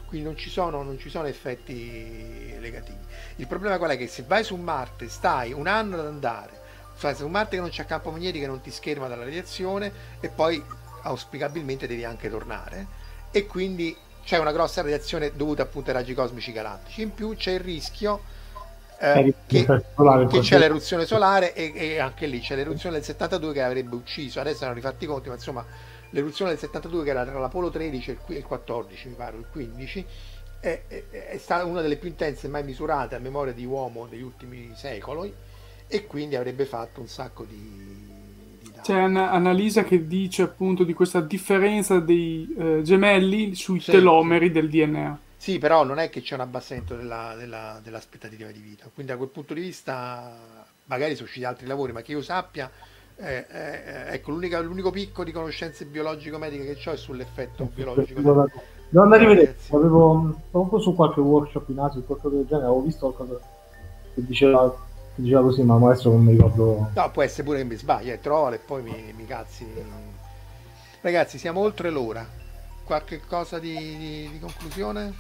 quindi non ci sono, non ci sono effetti negativi. Il problema qual è? Che se vai su Marte stai un anno ad andare, cioè su Marte che non c'è campo magnetico, che non ti scherma dalla radiazione, e poi auspicabilmente devi anche tornare, e quindi c'è una grossa radiazione dovuta appunto ai raggi cosmici galattici. In più c'è il rischio eh, che, che c'è l'eruzione solare, e, e anche lì c'è l'eruzione del settantadue che avrebbe ucciso, adesso hanno rifatti i conti, ma insomma l'eruzione del settantadue, che era tra l'Apollo tredici e il quattordici, mi pare, il quindici, è, è, è stata una delle più intense mai misurate a memoria di uomo degli ultimi secoli, e quindi avrebbe fatto un sacco di, di danni. C'è Annalisa che dice appunto di questa differenza dei eh, gemelli sui sì, telomeri sì. del D N A. Sì, però non è che c'è un abbassamento della, della, dell'aspettativa di vita, quindi da quel punto di vista magari sono usciti altri lavori, ma che io sappia eh, eh, ecco, l'unica, l'unico picco di conoscenze biologico-mediche che ho è sull'effetto biologico. Devo andare a rivedere, avevo proprio su qualche workshop in Asia, qualcosa del genere, avevo visto qualcosa che diceva, che diceva così, ma adesso non mi ricordo. No, può essere pure che mi sbaglio, eh, trovo e poi mi, mi cazzi. Ragazzi, siamo oltre l'ora. Qualche cosa di, di, di conclusione?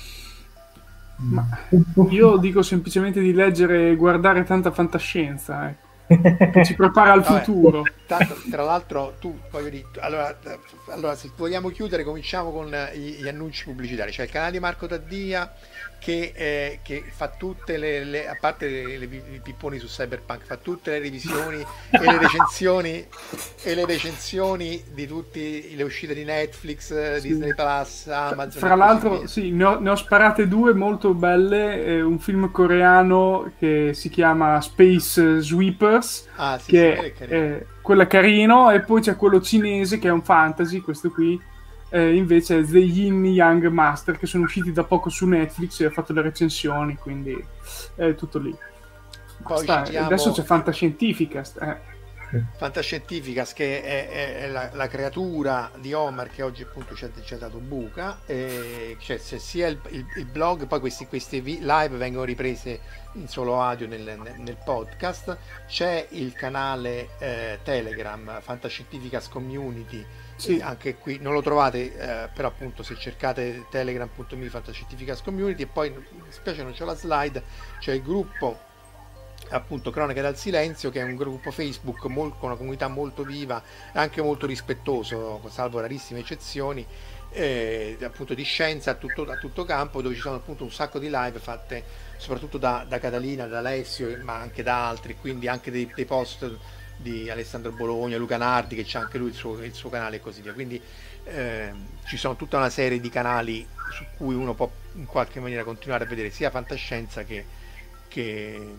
Ma io dico semplicemente di leggere e guardare tanta fantascienza, ecco. Che ci prepara al Vabbè, futuro. Tanto, tra l'altro, tu voglio dire, allora, allora, se vogliamo chiudere, cominciamo con gli, gli annunci pubblicitari. C'è il canale di Marco Taddia che, eh, che fa tutte le, le a parte le, le, i pipponi su Cyberpunk, fa tutte le revisioni e le recensioni e le recensioni di tutte le uscite di Netflix, sì. Disney Plus, Amazon. Fra l'altro, sì, ne ho, ne ho sparate due molto belle. Eh, un film coreano che si chiama Space Sweepers, ah, sì, che sì, è carino. è, quello è carino, e poi c'è quello cinese che è un fantasy, questo qui. Eh, invece è The Yin Yang Master, che sono usciti da poco su Netflix e ho fatto le recensioni, quindi è tutto lì. Poi Sta, citiamo... adesso c'è Fantascientificast, eh. Fantascientificast, che è, è, è la, la creatura di Omar, che oggi appunto ci ha, ci ha dato buca, e cioè, c'è sia il, il, il blog, poi questi, queste live vengono riprese in solo audio nel, nel, nel podcast, c'è il canale eh, Telegram Fantascientificast Community. Sì. Anche qui non lo trovate, eh, però appunto se cercate telegram punto me Fantascientificast Community, e poi mi spiace non c'è la slide, c'è il gruppo appunto Cronache dal Silenzio, che è un gruppo Facebook molto, con una comunità molto viva e anche molto rispettoso, salvo rarissime eccezioni, eh, appunto di scienza a tutto, a tutto campo, dove ci sono appunto un sacco di live fatte soprattutto da, da Catalina, da Alessio, ma anche da altri, quindi anche dei, dei post di Alessandro Bologna, Luca Nardi, che c'ha anche lui il suo, il suo canale e così via. Quindi eh, ci sono tutta una serie di canali su cui uno può in qualche maniera continuare a vedere sia fantascienza che, che,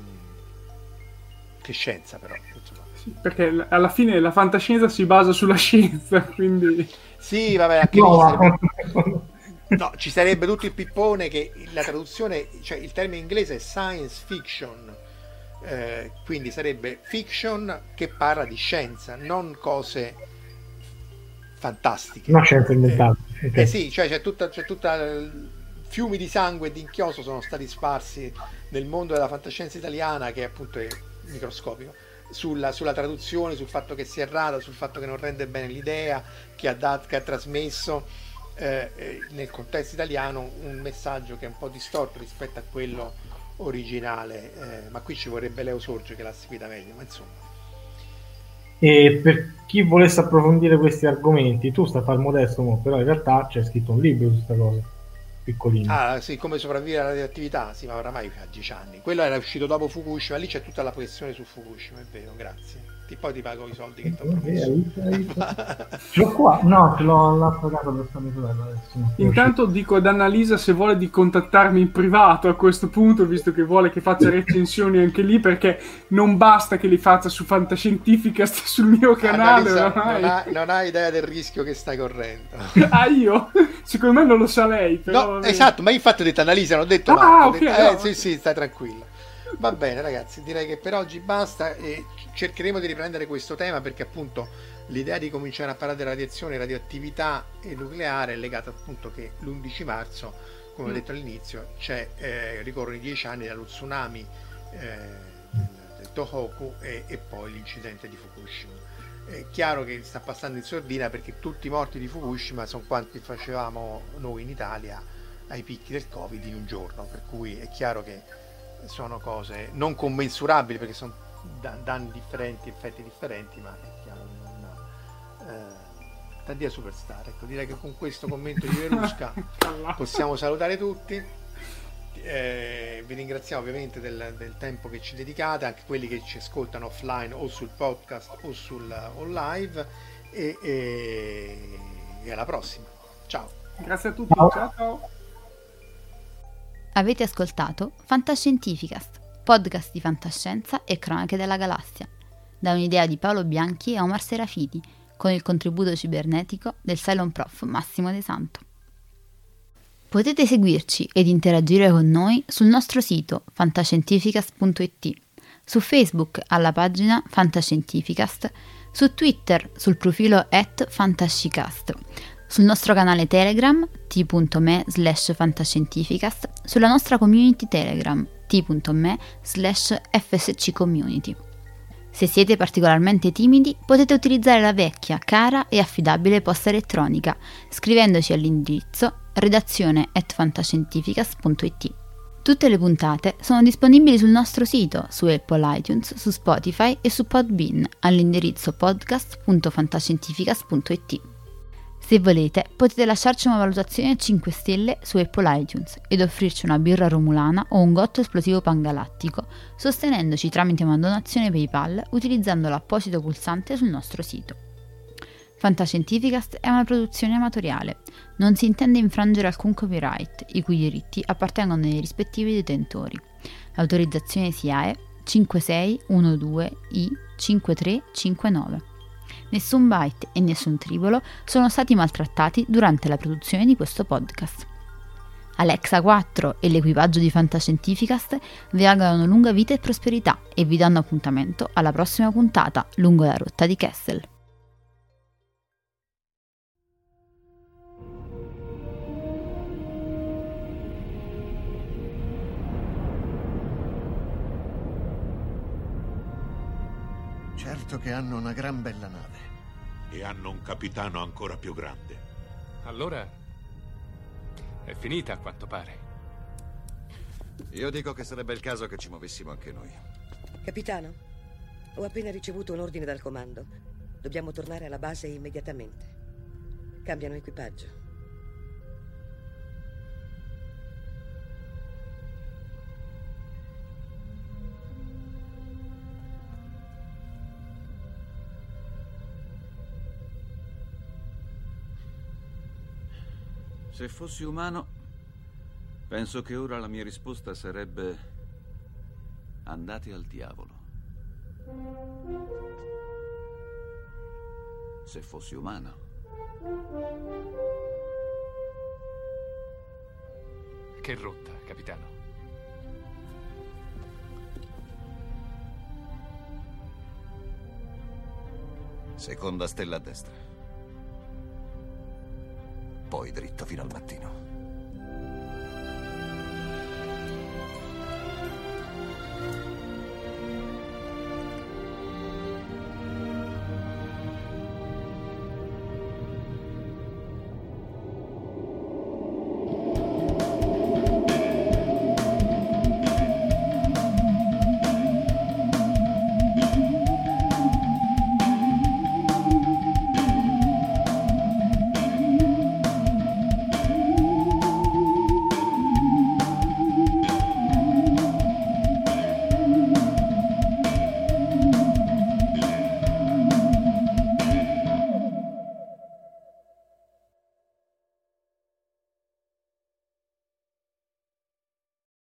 che scienza, però insomma. Sì, perché alla fine la fantascienza si basa sulla scienza, quindi sì, vabbè, anche no, lì sarebbe... no, ci sarebbe tutto il pippone, che la traduzione, cioè il termine inglese è science fiction. Eh, quindi sarebbe fiction che parla di scienza, non cose fantastiche. No, scienza inventata. Eh, okay. eh sì, cioè c'è tutta, c'è tutta fiumi di sangue e di inchiostro sono stati sparsi nel mondo della fantascienza italiana, che appunto è microscopico, sulla, sulla traduzione, sul fatto che sia errata, sul fatto che non rende bene l'idea, che ha, dat, che ha trasmesso eh, eh, nel contesto italiano un messaggio che è un po' distorto rispetto a quello originale, eh, ma qui ci vorrebbe Leo Sorge che l'ha seguita meglio, ma insomma. E per chi volesse approfondire questi argomenti, tu stai a fare modesto, mo, però in realtà c'è scritto un libro su questa cosa, piccolino. Ah sì, come sopravvivere alla radioattività, sì, ma oramai fa dieci anni. Quello era uscito dopo Fukushima, lì c'è tutta la questione su Fukushima, è vero, grazie. Ti, poi ti pago i soldi che ti ho promesso. Ce l'ho qua? No, ce l'ho all'altra casa per farmi adesso. Intanto dico ad Annalisa se vuole di contattarmi in privato a questo punto, visto che vuole che faccia recensioni anche lì, perché non basta che li faccia su Fantascientificast sul mio canale. Annalisa, non, ha, non hai idea del rischio che stai correndo. Ah, io? Secondo me non lo sa lei. Però... No, esatto, ma infatti ho detto Annalisa, non ho detto ah, Marco, ok, detto, no, eh, sì, okay. sì, stai tranquillo. Va bene ragazzi, direi che per oggi basta, e cercheremo di riprendere questo tema, perché appunto l'idea di cominciare a parlare di radiazione, radioattività e nucleare è legata appunto che l'undici marzo, come ho detto all'inizio, c'è, eh, ricorrono i dieci anni dallo tsunami eh, del, del Tohoku e, e poi l'incidente di Fukushima. È chiaro che sta passando in sordina, perché tutti i morti di Fukushima sono quanti facevamo noi in Italia ai picchi del Covid in un giorno, per cui è chiaro che sono cose non commensurabili perché sono danni differenti, effetti differenti, ma è chiaro che non... Eh, Taddia Superstar. Ecco, direi che con questo commento di Verusca possiamo salutare tutti. Eh, vi ringraziamo ovviamente del, del tempo che ci dedicate, anche quelli che ci ascoltano offline o sul podcast o sul o live, e, e, e alla prossima. Ciao. Grazie a tutti. Ciao, ciao. Avete ascoltato Fantascientificast, podcast di fantascienza e cronache della galassia, da un'idea di Paolo Bianchi e Omar Serafiti, con il contributo cibernetico del Cylon Prof Massimo De Santo. Potete seguirci ed interagire con noi sul nostro sito fantascientificast punto it, su Facebook alla pagina Fantascientificast, su Twitter sul profilo at fantascicast, sul nostro canale Telegram t.me slash fantascientificast, sulla nostra community Telegram t.me slash fsccommunity. Se siete particolarmente timidi, potete utilizzare la vecchia, cara e affidabile posta elettronica, scrivendoci all'indirizzo redazione at fantascientificast punto it. Tutte le puntate sono disponibili sul nostro sito, su Apple iTunes, su Spotify e su Podbean, all'indirizzo podcast punto fantascientificast punto it. Se volete, potete lasciarci una valutazione a cinque stelle su Apple iTunes ed offrirci una birra romulana o un gotto esplosivo pangalattico, sostenendoci tramite una donazione PayPal utilizzando l'apposito pulsante sul nostro sito. Fantascientificast è una produzione amatoriale, non si intende infrangere alcun copyright, i cui diritti appartengono ai rispettivi detentori. L'autorizzazione S I A E cinque sei uno due I cinque tre cinque nove. Nessun byte e nessun tribolo sono stati maltrattati durante la produzione di questo podcast. Alexa quattro e l'equipaggio di Fantascientificast vi augurano lunga vita e prosperità e vi danno appuntamento alla prossima puntata lungo la rotta di Kessel. Certo che hanno una gran bella nave. E hanno un capitano ancora più grande. Allora è finita, a quanto pare. Io dico che sarebbe il caso che ci muovessimo anche noi. Capitano, ho appena ricevuto un ordine dal comando. Dobbiamo tornare alla base immediatamente. Cambiano equipaggio. Se fossi umano, penso che ora la mia risposta sarebbe: andate al diavolo. Se fossi umano. Che rotta, capitano? Seconda stella a destra. Poi dritto fino al mattino.